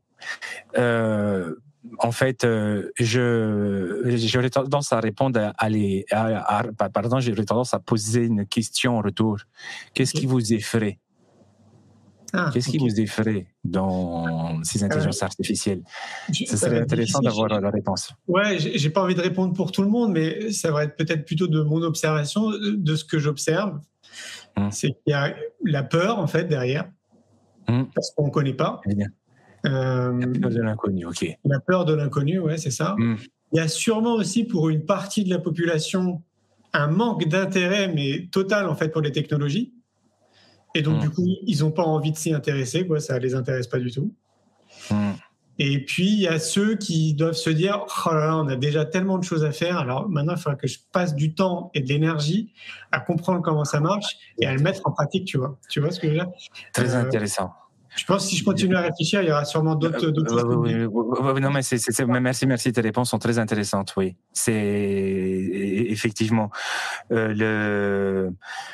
F: En fait, j'aurais tendance à répondre j'aurais tendance à poser une question en retour. Qu'est-ce qui vous effraie? Qu'est-ce qui vous effraie dans ces intelligences artificielles? Ce serait intéressant d'avoir la réponse.
E: Ouais, j'ai pas envie de répondre pour tout le monde, mais ça va être peut-être plutôt de mon observation, de ce que j'observe. C'est qu'il y a la peur, en fait, derrière, parce qu'on connaît pas.
F: La peur de l'inconnu, ok.
E: La peur de l'inconnu, ouais, c'est ça. Il y a sûrement aussi pour une partie de la population un manque d'intérêt, mais total en fait pour les technologies. Et donc du coup, ils n'ont pas envie de s'y intéresser, quoi. Ça les intéresse pas du tout. Et puis il y a ceux qui doivent se dire, oh là là, on a déjà tellement de choses à faire. Alors maintenant, il faudra que je passe du temps et de l'énergie à comprendre comment ça marche et à le mettre en pratique, tu vois. Tu vois ce que je veux dire?
F: Très intéressant.
E: Je pense que si je continue à réfléchir, il y aura sûrement d'autres.
F: Non, mais merci. Tes réponses sont très intéressantes. Oui, c'est effectivement là,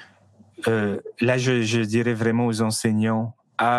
F: je dirais vraiment aux enseignants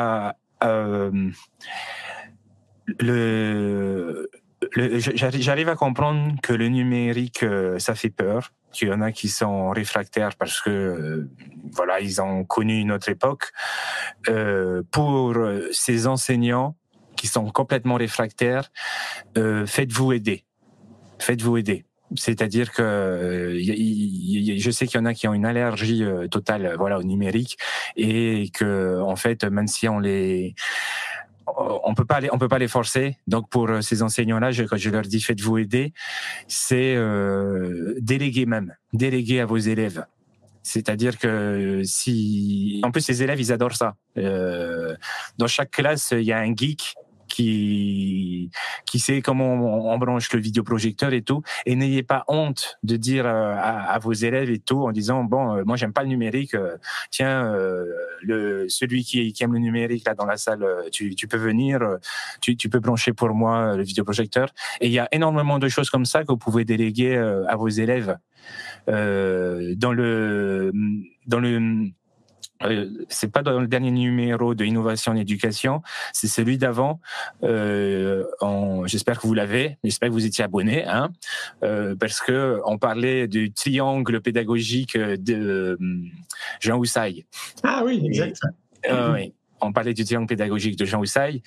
F: j'arrive à comprendre que le numérique, ça fait peur, qu'il y en a qui sont réfractaires parce que voilà, ils ont connu une autre époque. Pour ces enseignants qui sont complètement réfractaires, faites-vous aider. C'est-à-dire que je sais qu'il y en a qui ont une allergie totale, voilà, au numérique, et que en fait, même si on peut pas les forcer. Donc pour ces enseignants-là, quand je leur dis faites-vous aider, c'est déléguer à vos élèves. C'est-à-dire que en plus les élèves ils adorent ça. Dans chaque classe il y a un geek qui sait comment on branche le vidéoprojecteur et tout, et n'ayez pas honte de dire à vos élèves et tout en disant bon, moi j'aime pas le numérique, tiens, celui qui aime le numérique là dans la salle, tu peux venir, tu peux brancher pour moi le vidéoprojecteur. Et il y a énormément de choses comme ça que vous pouvez déléguer à vos élèves dans le c'est pas dans le dernier numéro de Innovation en éducation, c'est celui d'avant. J'espère que vous l'avez, j'espère que vous étiez abonné, parce que on parlait du triangle pédagogique de Jean Houssaye.
E: Ah oui, exact.
F: Oui. On parlait du triangle pédagogique de Jean Houssaye.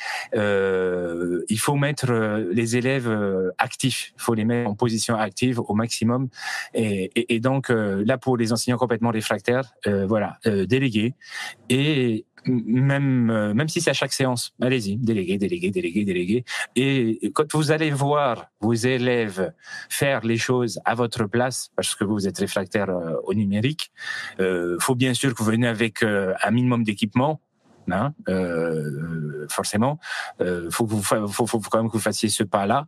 F: Il faut mettre les élèves actifs. Il faut les mettre en position active au maximum. Et donc, là, pour les enseignants complètement réfractaires, déléguer. Et même si c'est à chaque séance, allez-y, déléguer. Et quand vous allez voir vos élèves faire les choses à votre place, parce que vous êtes réfractaire au numérique, faut bien sûr que vous venez avec un minimum d'équipement. Forcément, faut quand même que vous fassiez ce pas-là.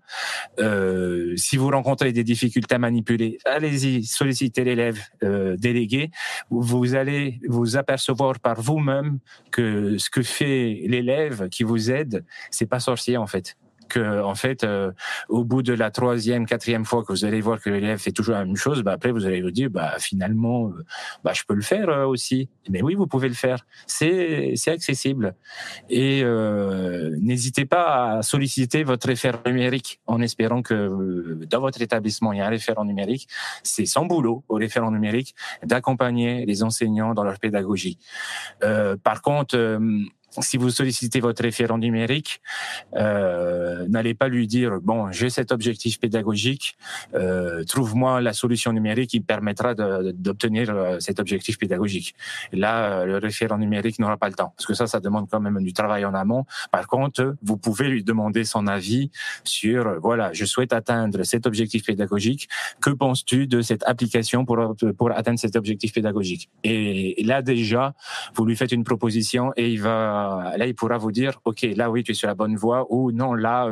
F: Si vous rencontrez des difficultés à manipuler, allez-y, sollicitez l'élève délégué. Vous allez vous apercevoir par vous-même que ce que fait l'élève qui vous aide, c'est pas sorcier en fait. Que en fait, au bout de la 3e, 4e fois que vous allez voir que l'élève fait toujours la même chose, après vous allez vous dire, finalement, je peux le faire aussi. Mais oui, vous pouvez le faire. C'est accessible. Et n'hésitez pas à solliciter votre référent numérique en espérant que dans votre établissement il y a un référent numérique. C'est son boulot au référent numérique d'accompagner les enseignants dans leur pédagogie. Par contre, si vous sollicitez votre référent numérique, n'allez pas lui dire bon, j'ai cet objectif pédagogique, trouve-moi la solution numérique qui permettra d'obtenir cet objectif pédagogique. Et là, le référent numérique n'aura pas le temps, parce que ça demande quand même du travail en amont. Par contre, vous pouvez lui demander son avis sur voilà, je souhaite atteindre cet objectif pédagogique. Que penses-tu de cette application pour atteindre cet objectif pédagogique? Et là déjà, vous lui faites une proposition et il pourra vous dire, ok, là oui, tu es sur la bonne voie, ou non, là,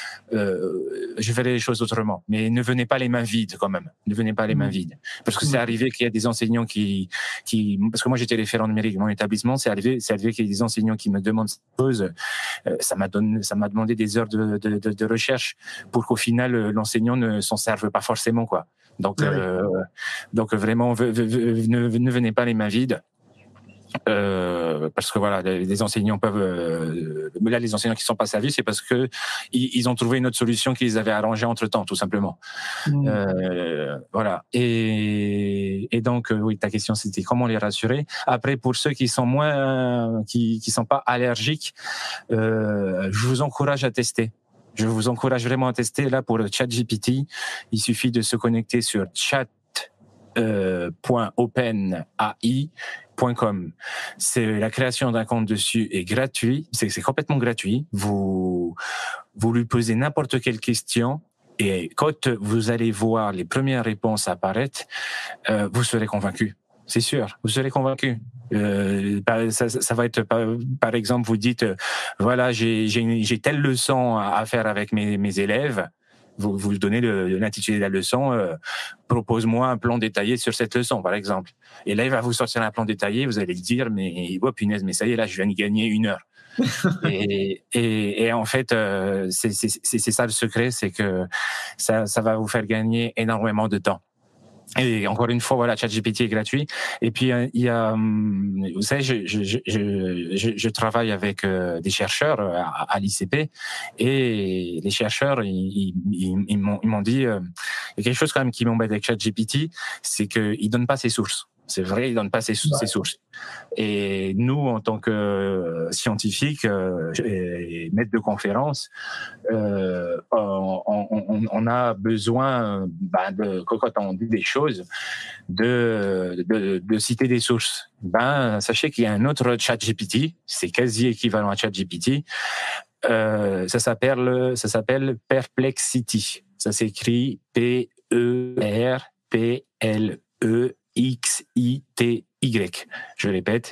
F: je ferai les choses autrement. Mais ne venez pas les mains vides quand même. Ne venez pas les mains vides, parce que c'est arrivé qu'il y a des enseignants qui, parce que moi j'étais référent numérique dans mon établissement, c'est arrivé qu'il y ait des enseignants qui me demandent cette chose. Ça m'a demandé des heures de recherche pour qu'au final l'enseignant ne s'en serve pas forcément, quoi. Donc vraiment, ne venez pas les mains vides. Parce que voilà, les enseignants peuvent. Mais là, les enseignants qui sont pas servis, c'est parce que ils ont trouvé une autre solution qu'ils avaient arrangée entre temps, tout simplement. Voilà. Et donc, oui, ta question c'était comment les rassurer. Après, pour ceux qui sont moins, qui sont pas allergiques, je vous encourage à tester. Je vous encourage vraiment à tester. Là, pour le ChatGPT, il suffit de se connecter sur chat.openai.com. C'est la création d'un compte dessus est gratuit. C'est complètement gratuit. Vous lui posez n'importe quelle question. Et quand vous allez voir les premières réponses apparaître, vous serez convaincu. C'est sûr, vous serez convaincu. Ça va être, par exemple, vous dites, voilà, j'ai telle leçon à faire avec mes élèves. Vous donnez l'intitulé de la leçon, propose-moi un plan détaillé sur cette leçon, par exemple. Et là, il va vous sortir un plan détaillé, vous allez le dire, mais punaise, mais ça y est, là, je viens de gagner 1 heure. Et en fait, c'est ça le secret, c'est que ça va vous faire gagner énormément de temps. Et encore une fois, voilà, ChatGPT est gratuit. Et puis il y a, vous savez, je travaille avec des chercheurs à l'ICP, et les chercheurs, ils m'ont dit, il y a quelque chose quand même qui m'embête avec ChatGPT, c'est qu'il donne pas ses sources. C'est vrai, il donne pas ses sources. Et nous, en tant que scientifiques et maîtres de conférences, on a besoin, quand on dit des choses, de citer des sources. Sachez qu'il y a un autre ChatGPT, c'est quasi équivalent à ChatGPT. Ça s'appelle Perplexity. Ça s'écrit Perplexity. Je répète,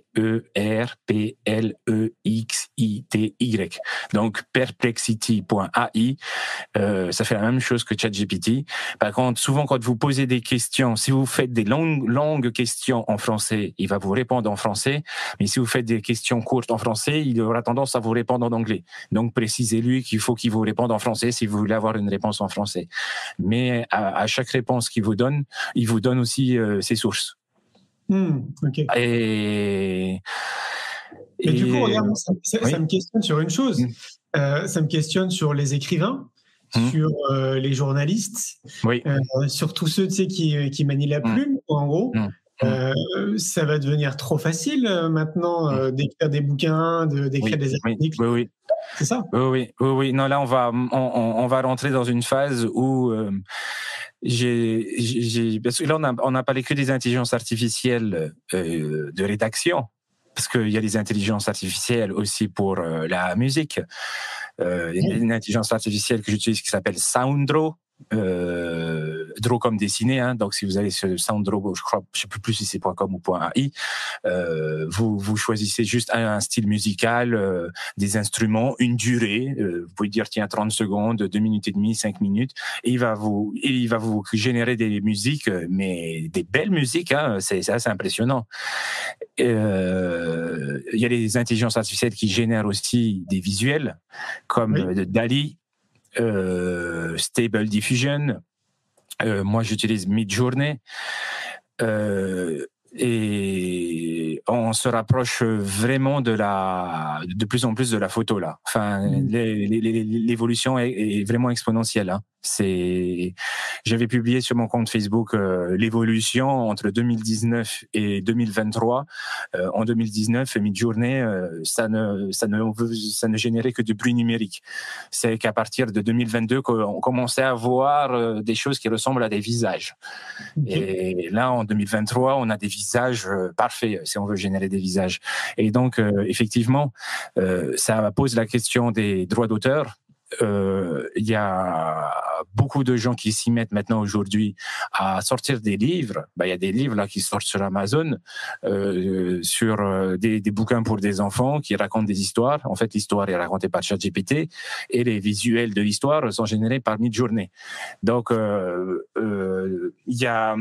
F: Perplexity. Donc, perplexity.ai, ça fait la même chose que ChatGPT. Par contre, souvent, quand vous posez des questions, si vous faites des longues questions en français, il va vous répondre en français. Mais si vous faites des questions courtes en français, il aura tendance à vous répondre en anglais. Donc, précisez-lui qu'il faut qu'il vous réponde en français si vous voulez avoir une réponse en français. Mais à chaque réponse qu'il vous donne, il vous donne aussi ses sources.
E: Okay.
F: Et
E: du coup, regarde, ça me questionne sur une chose. Ça me questionne sur les écrivains, sur les journalistes, sur tous ceux qui manient la plume, en gros. Ça va devenir trop facile maintenant d'écrire des bouquins, d'écrire des articles.
F: Oui.
E: C'est ça.
F: Oui. Non, là, on va rentrer dans une phase où parce que là, on n'a parlé que des intelligences artificielles de rédaction, parce qu'il y a des intelligences artificielles aussi pour la musique. Il y a une intelligence artificielle que j'utilise qui s'appelle Sounddraw. Draw comme dessiné, hein. Donc si vous allez sur Sounddraw, je sais plus si c'est .com ou .ai, vous choisissez juste un style musical, des instruments, une durée, vous pouvez dire tiens 30 secondes, 2 minutes et demie, 5 minutes, et il va vous générer des musiques, mais des belles musiques, hein. C'est assez impressionnant. Il y a les intelligences artificielles qui génèrent aussi des visuels comme DALL-E, Stable Diffusion. Moi, j'utilise Midjourney. Et on se rapproche vraiment de plus en plus de la photo là. Enfin, l'évolution est vraiment exponentielle, hein. J'avais publié sur mon compte Facebook l'évolution entre 2019 et 2023. En 2019, Midjourney, ça ne générait que du bruit numérique. C'est qu'à partir de 2022 qu'on commençait à voir des choses qui ressemblent à des visages. Et là, en 2023, on a des visages parfaits si on veut générer des visages. Et donc, effectivement, ça pose la question des droits d'auteur. Il y a beaucoup de gens qui s'y mettent maintenant aujourd'hui à sortir des livres. Il y a des livres là qui sortent sur Amazon, sur des bouquins pour des enfants qui racontent des histoires. En fait, l'histoire est racontée par ChatGPT et les visuels de l'histoire sont générés par Midjourney. Donc, il y a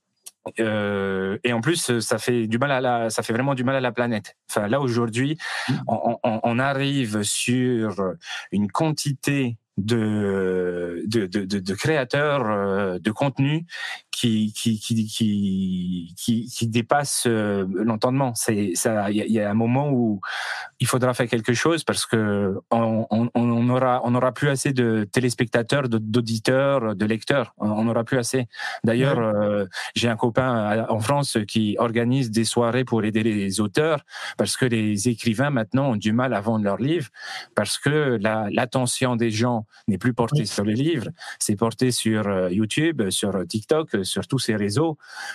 F: et en plus, ça fait vraiment du mal à la planète. Enfin, là aujourd'hui, on arrive sur une quantité de créateurs de contenu qui dépasse l'entendement. Il y a un moment où il faudra faire quelque chose parce que on aura plus assez de téléspectateurs, d'auditeurs, de lecteurs. On n'aura plus assez. D'ailleurs, j'ai un copain en France qui organise des soirées pour aider les auteurs parce que les écrivains maintenant ont du mal à vendre leurs livres parce que l'attention des gens n'est plus portée sur les livres, c'est porté sur YouTube, sur TikTok, sur tous ces réseaux.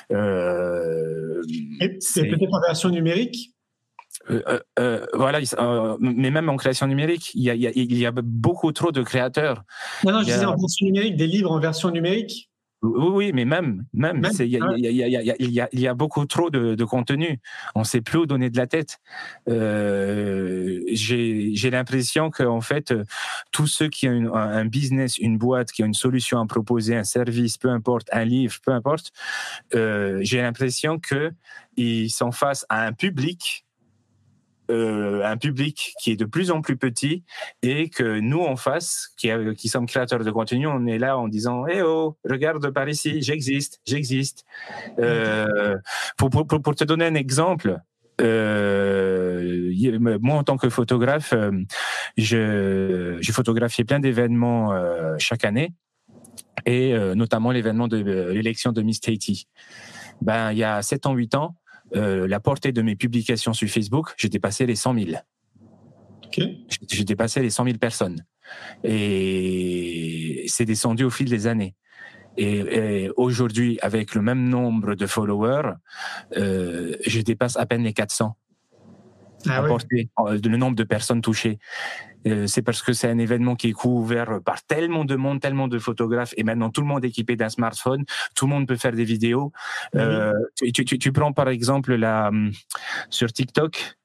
E: Et c'est peut-être en version numérique.
F: Voilà, mais même en création numérique, il y a beaucoup trop de créateurs.
E: Non, je disais en version numérique, des livres en version numérique.
F: Oui, mais même, il y a beaucoup trop de contenu. On ne sait plus où donner de la tête. J'ai l'impression qu'en fait, tous ceux qui ont un business, une boîte, qui ont une solution à proposer, un service, peu importe, un livre, peu importe, j'ai l'impression qu'ils sont face à un public un public qui est de plus en plus petit et que nous en face, qui sommes créateurs de contenu, on est là en disant oh, regarde par ici, j'existe. Pour te donner un exemple, moi en tant que photographe, j'ai photographié plein d'événements chaque année et notamment l'événement de l'élection de Miss Tahiti. Il y a 7 ans, 8 ans, la portée de mes publications sur Facebook, j'ai dépassé les 100 000.
E: Okay.
F: J'ai dépassé les 100 000 personnes. Et c'est descendu au fil des années. Et aujourd'hui, avec le même nombre de followers, je dépasse à peine les 400. Le nombre de personnes touchées. C'est parce que c'est un événement qui est couvert par tellement de monde, tellement de photographes, et maintenant tout le monde est équipé d'un smartphone, tout le monde peut faire des vidéos. Tu prends par exemple sur TikTok,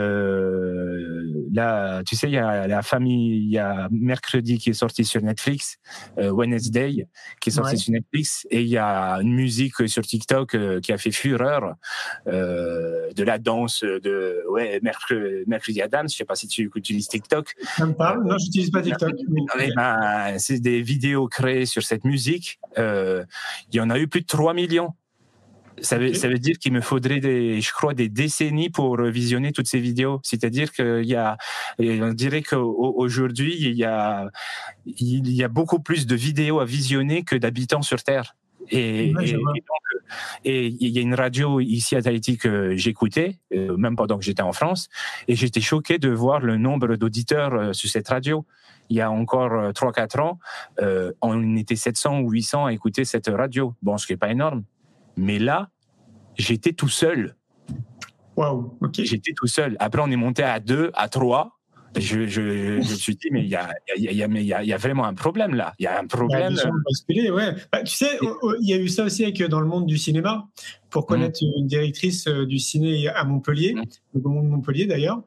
F: là, tu sais, il y a Mercredi qui est sorti sur Netflix, Wednesday qui est sorti sur Netflix, et il y a une musique sur TikTok qui a fait fureur, de la danse de Mercredi Adams. Je sais pas si tu utilises TikTok.
E: Ça me parle. Non, j'utilise pas TikTok.
F: C'est des vidéos créées sur cette musique. Il y en a eu plus de 3 millions. Ça veut dire qu'il me faudrait je crois, des décennies pour visionner toutes ces vidéos. C'est-à-dire on dirait qu'aujourd'hui, il y a beaucoup plus de vidéos à visionner que d'habitants sur Terre. Et il y a une radio ici à Tahiti que j'écoutais, même pendant que j'étais en France, et j'étais choqué de voir le nombre d'auditeurs sur cette radio. Il y a encore 3-4 ans, on était 700 ou 800 à écouter cette radio. Bon, ce qui n'est pas énorme. Mais là, j'étais tout seul.
E: Waouh, ok.
F: J'étais tout seul. Après, on est monté à 2, à 3. Je me suis dit, mais il y a vraiment un problème là. Il y a un problème.
E: Ouais. Tu sais, il y a eu ça aussi dans le monde du cinéma. Pour connaître une directrice du ciné à Montpellier, le monde de Montpellier d'ailleurs,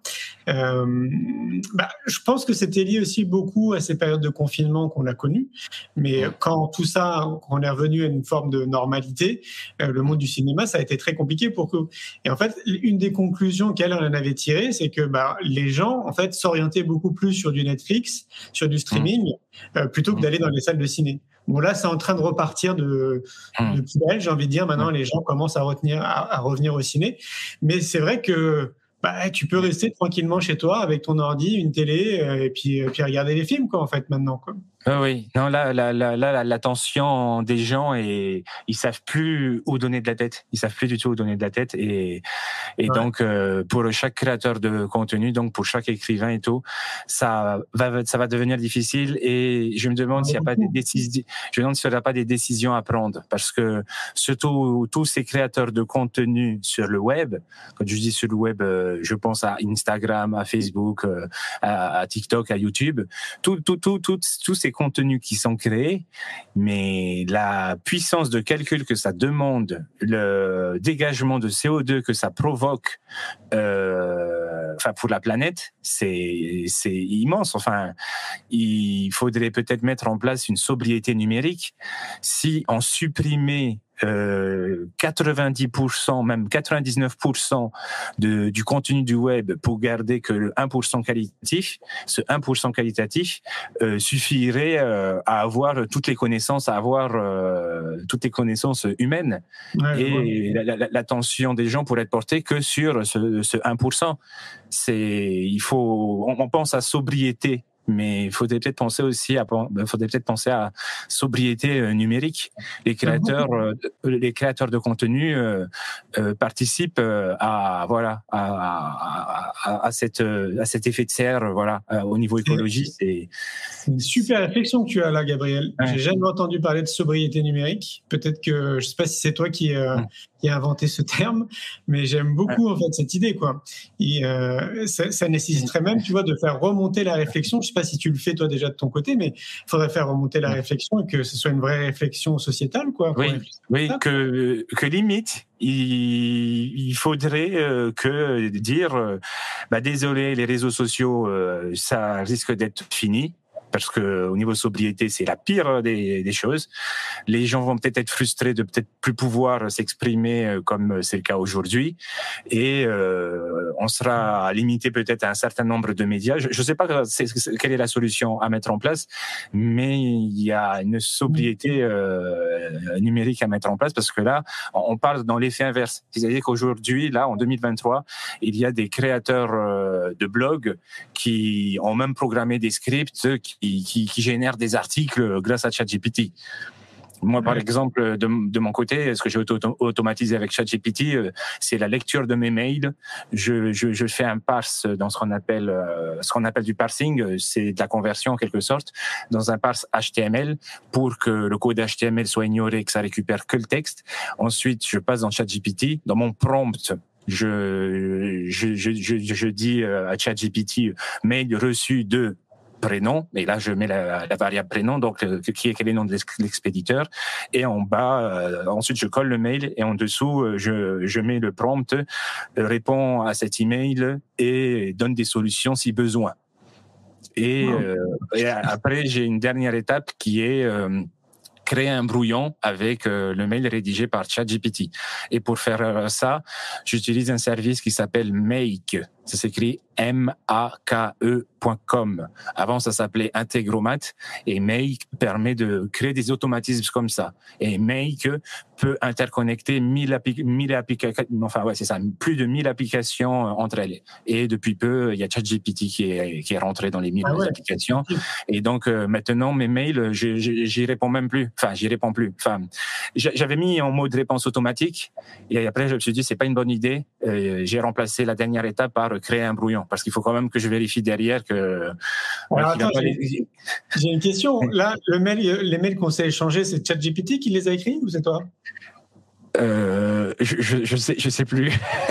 E: je pense que c'était lié aussi beaucoup à ces périodes de confinement qu'on a connues. Mais quand tout ça, quand on est revenu à une forme de normalité, le monde du cinéma, ça a été très compliqué pour que. Et en fait, une des conclusions qu'elle en avait tirées, c'est que les gens en fait s'orientaient beaucoup plus sur du Netflix, sur du streaming, plutôt que d'aller dans les salles de ciné. Bon, là, c'est en train de repartir de plus belle, j'ai envie de dire. Maintenant, les gens commencent à revenir au ciné. Mais c'est vrai que tu peux rester tranquillement chez toi avec ton ordi, une télé, et puis regarder les films, quoi, en fait, maintenant, quoi.
F: Oui, non, là, l'attention des gens ils savent plus où donner de la tête. Ils savent plus du tout où donner de la tête. Et donc, pour chaque créateur de contenu, donc pour chaque écrivain et tout, ça va devenir difficile. Et je me demande s'il n'y a pas des décisions à prendre. Parce que, surtout, tous ces créateurs de contenu sur le web, quand je dis sur le web, je pense à Instagram, à Facebook, à TikTok, à YouTube, tous ces contenus qui sont créés, mais la puissance de calcul que ça demande, le dégagement de CO2 que ça provoque, pour la planète, c'est immense. Enfin, il faudrait peut-être mettre en place une sobriété numérique. Si on supprimait 90%, même 99% du contenu du web pour garder que le 1% qualitatif, ce 1% qualitatif suffirait à avoir toutes les connaissances, toutes les connaissances humaines. Et l'attention des gens pourrait être portée que sur ce 1%. On pense à sobriété, mais il faudrait peut-être penser aussi à sobriété numérique. Les créateurs de contenu participent à cet effet de serre, au niveau écologique.
E: C'est une super réflexion que tu as là, Gabriel. J'ai jamais entendu parler de sobriété numérique. Peut-être que je sais pas si c'est toi qui a inventé ce terme, mais j'aime beaucoup en fait cette idée, quoi. Ça nécessiterait même, tu vois, de faire remonter la réflexion. Je sais pas si tu le fais toi déjà de ton côté, mais il faudrait faire remonter la réflexion et que ce soit une vraie réflexion sociétale, quoi.
F: Oui, que limite il faudrait que dire désolé, les réseaux sociaux ça risque d'être fini. parce que au niveau sobriété, c'est la pire des choses. Les gens vont peut-être être frustrés de peut-être plus pouvoir s'exprimer comme c'est le cas aujourd'hui, et on sera limité peut-être à un certain nombre de médias. Je ne sais pas quelle est la solution à mettre en place, mais il y a une sobriété numérique à mettre en place, parce que là, on parle dans l'effet inverse. C'est-à-dire qu'aujourd'hui, là, en 2023, il y a des créateurs de blogs qui ont même programmé des scripts qui génèrent des articles grâce à ChatGPT. Moi, par exemple, de mon côté, ce que j'ai automatisé avec ChatGPT, c'est la lecture de mes mails. Je fais un parse dans ce qu'on appelle du parsing, c'est de la conversion en quelque sorte, dans un parse HTML pour que le code HTML soit ignoré, que ça récupère que le texte. Ensuite, je passe dans ChatGPT, dans mon prompt. Je dis à ChatGPT mail reçu de prénom, et là je mets la variable prénom, donc quel est le nom de l'expéditeur, et en bas ensuite je colle le mail, et en dessous je mets le prompt, répond à cet email et donne des solutions si besoin. Et après j'ai une dernière étape qui est créer un brouillon avec le mail rédigé par ChatGPT. Et pour faire ça, j'utilise un service qui s'appelle Make. Ça s'écrit make.com. Avant, ça s'appelait Integromat, et Make permet de créer des automatismes comme ça. Et Make peut interconnecter plus de 1000 applications entre elles. Et depuis peu, il y a ChatGPT qui est rentré dans les 1000 applications. Et donc, maintenant, mes mails, j'y réponds même plus. Enfin, j'y réponds plus. Enfin, j'avais mis en mode réponse automatique, et après, je me suis dit, c'est pas une bonne idée. J'ai remplacé la dernière étape par créer un brouillon, parce qu'il faut quand même que je vérifie derrière que...
E: Alors, attends, j'ai une question. Là, les mails qu'on s'est échangés, c'est ChatGPT qui les a écrits, ou c'est toi?
F: Je sais plus.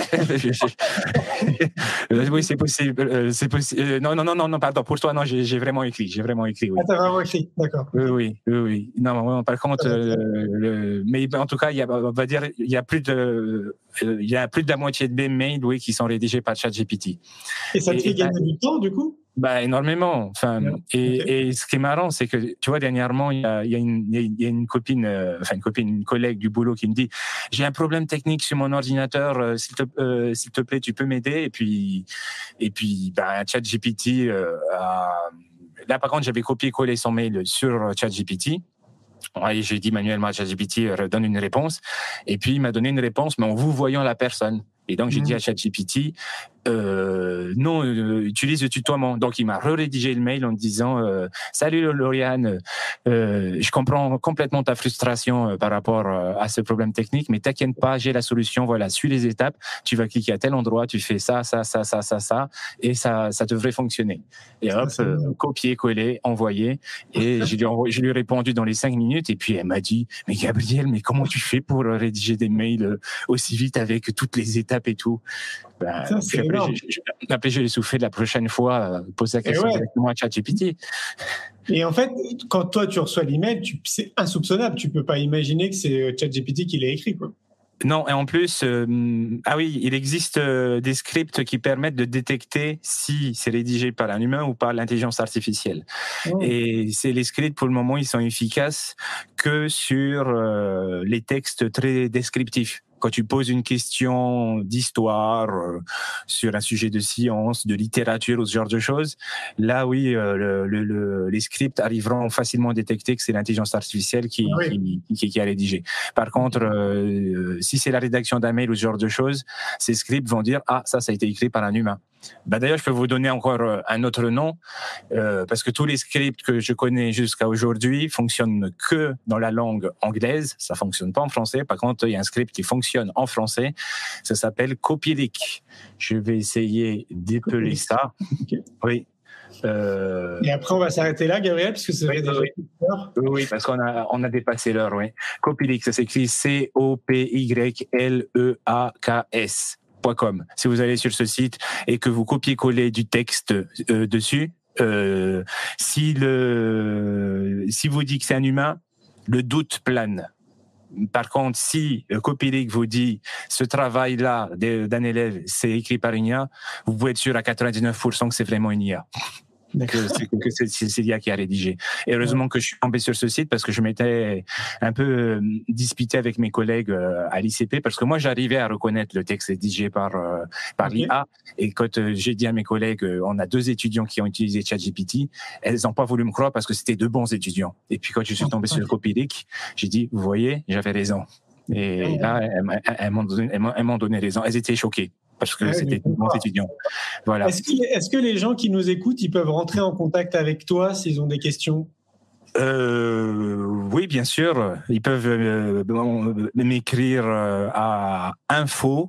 F: Oui, c'est possible. C'est possible. Non, pardon. Pour toi, non, j'ai vraiment écrit. Oui.
E: Ah, t'as vraiment écrit, d'accord.
F: Oui. Non, par contre, mais en tout cas, on va dire, il y a plus de la moitié de mes mails, oui, qui sont rédigés par ChatGPT.
E: Et ça te fait gagner du temps, du coup?
F: Énormément. Enfin, et ce qui est marrant, c'est que, tu vois, dernièrement, il y a une copine, une collègue du boulot qui me dit, j'ai un problème technique sur mon ordinateur, s'il te plaît, tu peux m'aider? Et puis, ChatGPT, là, par contre, j'avais copié-collé son mail sur ChatGPT. Ouais, j'ai dit manuellement à ChatGPT, donne une réponse. Et puis, il m'a donné une réponse, mais en vous voyant la personne. Et donc, j'ai dit à ChatGPT, non, utilise le tutoiement. Donc, il m'a rédigé le mail en disant, salut Lauriane, je comprends complètement ta frustration par rapport à ce problème technique, mais t'inquiète pas, j'ai la solution. Voilà, suis les étapes. Tu vas cliquer à tel endroit, tu fais ça, et ça devrait fonctionner. Et hop, copier-coller, envoyer. Et je lui ai répondu dans les 5 minutes. Et puis, elle m'a dit, mais Gabriel, mais comment tu fais pour rédiger des mails aussi vite avec toutes les étapes et tout? Après, je l'ai soufflé de la prochaine fois, poser la question directement à ChatGPT.
E: Et en fait, quand toi tu reçois l'email, c'est insoupçonnable. Tu peux pas imaginer que c'est ChatGPT qui l'a écrit, quoi.
F: Non, et en plus, il existe des scripts qui permettent de détecter si c'est rédigé par un humain ou par l'intelligence artificielle. Et les scripts, pour le moment, ils sont efficaces que sur les textes très descriptifs. Quand tu poses une question d'histoire sur un sujet de science, de littérature ou ce genre de choses, là, oui, les scripts arriveront facilement à détecter que c'est l'intelligence artificielle qui a rédigé. Par contre, si c'est la rédaction d'un mail ou ce genre de choses, ces scripts vont dire « Ah, ça a été écrit par un humain ». D'ailleurs, je peux vous donner encore un autre nom, parce que tous les scripts que je connais jusqu'à aujourd'hui fonctionnent que dans la langue anglaise, ça fonctionne pas en français. Par contre, il y a un script qui fonctionne en français, ça s'appelle Copyric. Je vais essayer d'épeler ça.
E: Okay.
F: Oui.
E: Et après, on va s'arrêter là, Gabriel, parce que c'est déjà l'heure.
F: Oui, parce qu'on a dépassé l'heure, oui. Copyric, ça s'écrit COPYLEAKS. .com. Si vous allez sur ce site et que vous copiez-collez du texte dessus, si vous dites que c'est un humain, le doute plane. Par contre, si Copyric vous dit ce travail-là d'un élève, c'est écrit par une IA, vous pouvez être sûr à 99% que c'est vraiment une IA. que c'est Cécilia qui a rédigé. Et heureusement que je suis tombé sur ce site parce que je m'étais un peu disputé avec mes collègues à l'ICP parce que moi j'arrivais à reconnaître le texte rédigé par l'IA. Et quand j'ai dit à mes collègues, on a 2 étudiants qui ont utilisé ChatGPT, elles n'ont pas voulu me croire parce que c'était 2 bons étudiants. Et puis quand je suis tombé sur Copyric, j'ai dit, vous voyez, j'avais raison. Et là, elles m'ont donné raison. Elles étaient choquées. Parce que c'était des bons étudiants. Voilà.
E: Est-ce que les gens qui nous écoutent, ils peuvent rentrer en contact avec toi s'ils ont des questions ?
F: Oui, bien sûr. Ils peuvent m'écrire à info,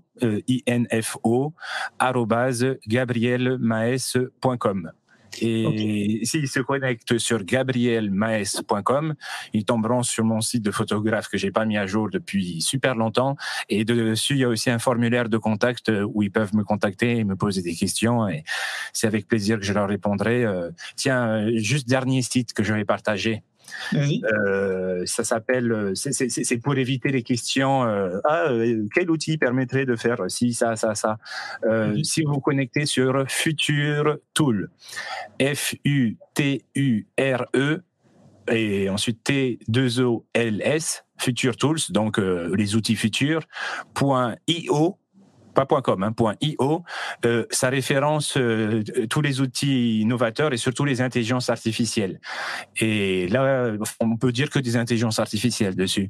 F: @gabrielmaes.com. Et s'ils se connectent sur gabrielmaes.com, ils tomberont sur mon site de photographe que j'ai pas mis à jour depuis super longtemps. Et dessus, il y a aussi un formulaire de contact où ils peuvent me contacter et me poser des questions. Et c'est avec plaisir que je leur répondrai. Tiens, juste dernier site que je vais partager. Ça s'appelle, c'est pour éviter les questions. Quel outil permettrait de faire ci, ça. Si vous vous connectez sur Future Tool, FUTURE et ensuite T2OLS, Future Tools, donc les outils futurs. .io. Pas .com, .io, ça référence tous les outils innovateurs et surtout les intelligences artificielles. Et là, on peut dire que des intelligences artificielles dessus.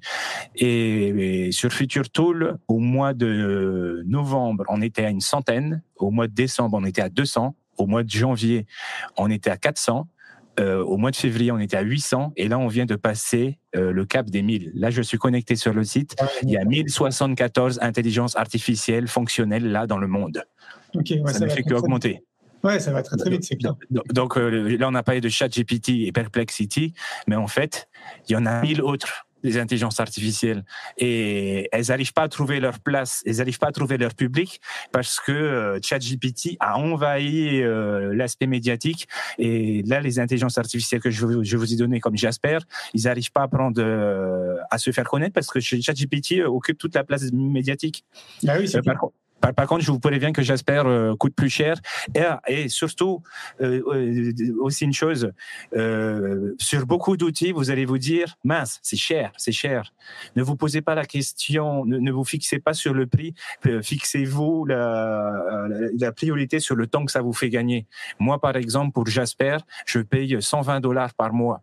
F: Et sur Future Tool, au mois de novembre, on était à 100. Au mois de décembre, on était à 200. Au mois de janvier, on était à 400. Au mois de février, on était à 800 et là, on vient de passer le cap des 1000. Là, je suis connecté sur le site. Il y a 1074 intelligences artificielles fonctionnelles là dans le monde. Ça ne fait qu'augmenter.
E: Ouais, ça va très très vite, c'est clair.
F: Donc là, on a parlé de ChatGPT et Perplexity, mais en fait, il y en a 1000 autres. Les intelligences artificielles, et elles n'arrivent pas à trouver leur place, elles n'arrivent pas à trouver leur public parce que ChatGPT a envahi l'aspect médiatique. Et là, les intelligences artificielles que je vous ai données comme Jasper, ils n'arrivent pas à se faire connaître parce que ChatGPT occupe toute la place médiatique.
E: Ah oui, c'est
F: Par contre, je vous préviens que Jasper coûte plus cher. Et surtout, aussi une chose, sur beaucoup d'outils, vous allez vous dire, mince, c'est cher. Ne vous posez pas la question, ne vous fixez pas sur le prix, fixez-vous la priorité sur le temps que ça vous fait gagner. Moi, par exemple, pour Jasper, je paye $120 par mois.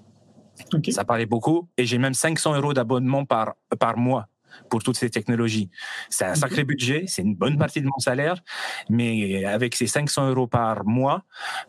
F: Ça paraît beaucoup, et j'ai même 500 € d'abonnement par mois. Pour toutes ces technologies. C'est un sacré budget, c'est une bonne partie de mon salaire, mais avec ces 500 € par mois,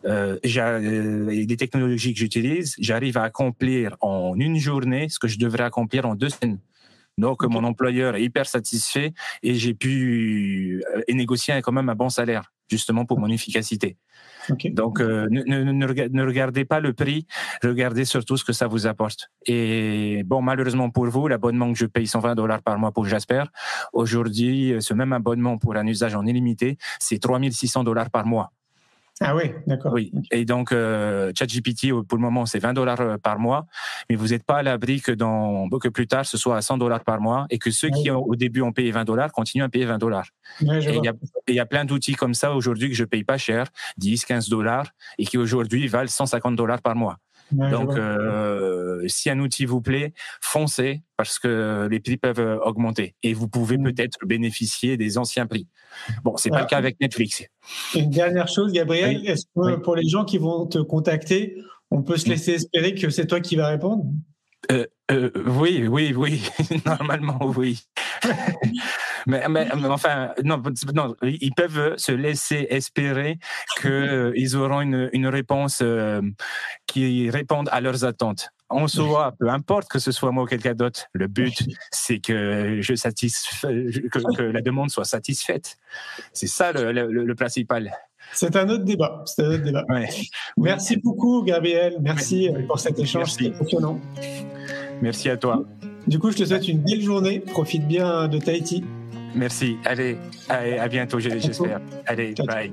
F: les technologies que j'utilise, j'arrive à accomplir en une journée ce que je devrais accomplir en 2 semaines. Donc, mon employeur est hyper satisfait et j'ai pu négocier quand même un bon salaire, justement pour mon efficacité. Donc, ne regardez pas le prix, regardez surtout ce que ça vous apporte. Et bon, malheureusement pour vous, l'abonnement que je paye $120 par mois pour Jasper, aujourd'hui, ce même abonnement pour un usage en illimité, c'est $3600 par mois.
E: Ah oui, d'accord.
F: Oui. Et donc, ChatGPT, pour le moment, c'est $20 par mois, mais vous n'êtes pas à l'abri que plus tard, ce soit à $100 par mois et que ceux qui, au début, ont payé $20 continuent à payer $20. Et il y a plein d'outils comme ça aujourd'hui que je paye pas cher, $10, $15, et qui aujourd'hui valent $150 par mois. Donc, si un outil vous plaît, foncez parce que les prix peuvent augmenter et vous pouvez peut-être bénéficier des anciens prix. Bon, c'est pas le cas avec Netflix.
E: Une dernière chose, Gabriel, est-ce que pour les gens qui vont te contacter, on peut se laisser espérer que c'est toi qui vas répondre ?
F: Oui, normalement oui. mais enfin, non, ils peuvent se laisser espérer qu'ils auront une réponse qui réponde à leurs attentes. En soi, peu importe que ce soit moi ou quelqu'un d'autre, le but, c'est que que la demande soit satisfaite. C'est ça le principal.
E: C'est un autre débat.
F: Ouais.
E: Merci beaucoup, Gabriel. Merci pour cet échange. C'était passionnant.
F: Merci à toi.
E: Du coup, je te souhaite une belle journée. Profite bien de Tahiti.
F: Merci. Allez, à bientôt, j'espère. Allez, ciao, bye.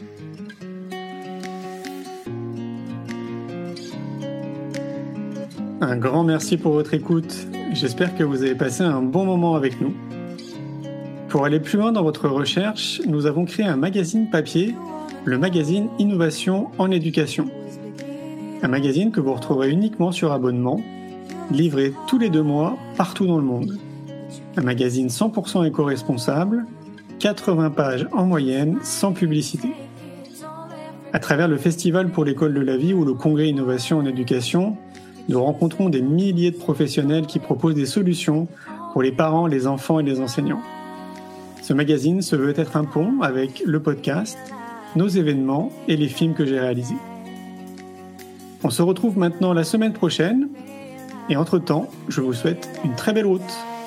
E: Un grand merci pour votre écoute. J'espère que vous avez passé un bon moment avec nous. Pour aller plus loin dans votre recherche, nous avons créé un magazine papier, le magazine Innovation en éducation. Un magazine que vous retrouverez uniquement sur abonnement, livré tous les 2 mois partout dans le monde. Un magazine 100% éco-responsable, 80 pages en moyenne, sans publicité. À travers le Festival pour l'école de la vie ou le Congrès Innovation en éducation, nous rencontrons des milliers de professionnels qui proposent des solutions pour les parents, les enfants et les enseignants. Ce magazine se veut être un pont avec le podcast, nos événements et les films que j'ai réalisés. On se retrouve maintenant la semaine prochaine et entre-temps, je vous souhaite une très belle route.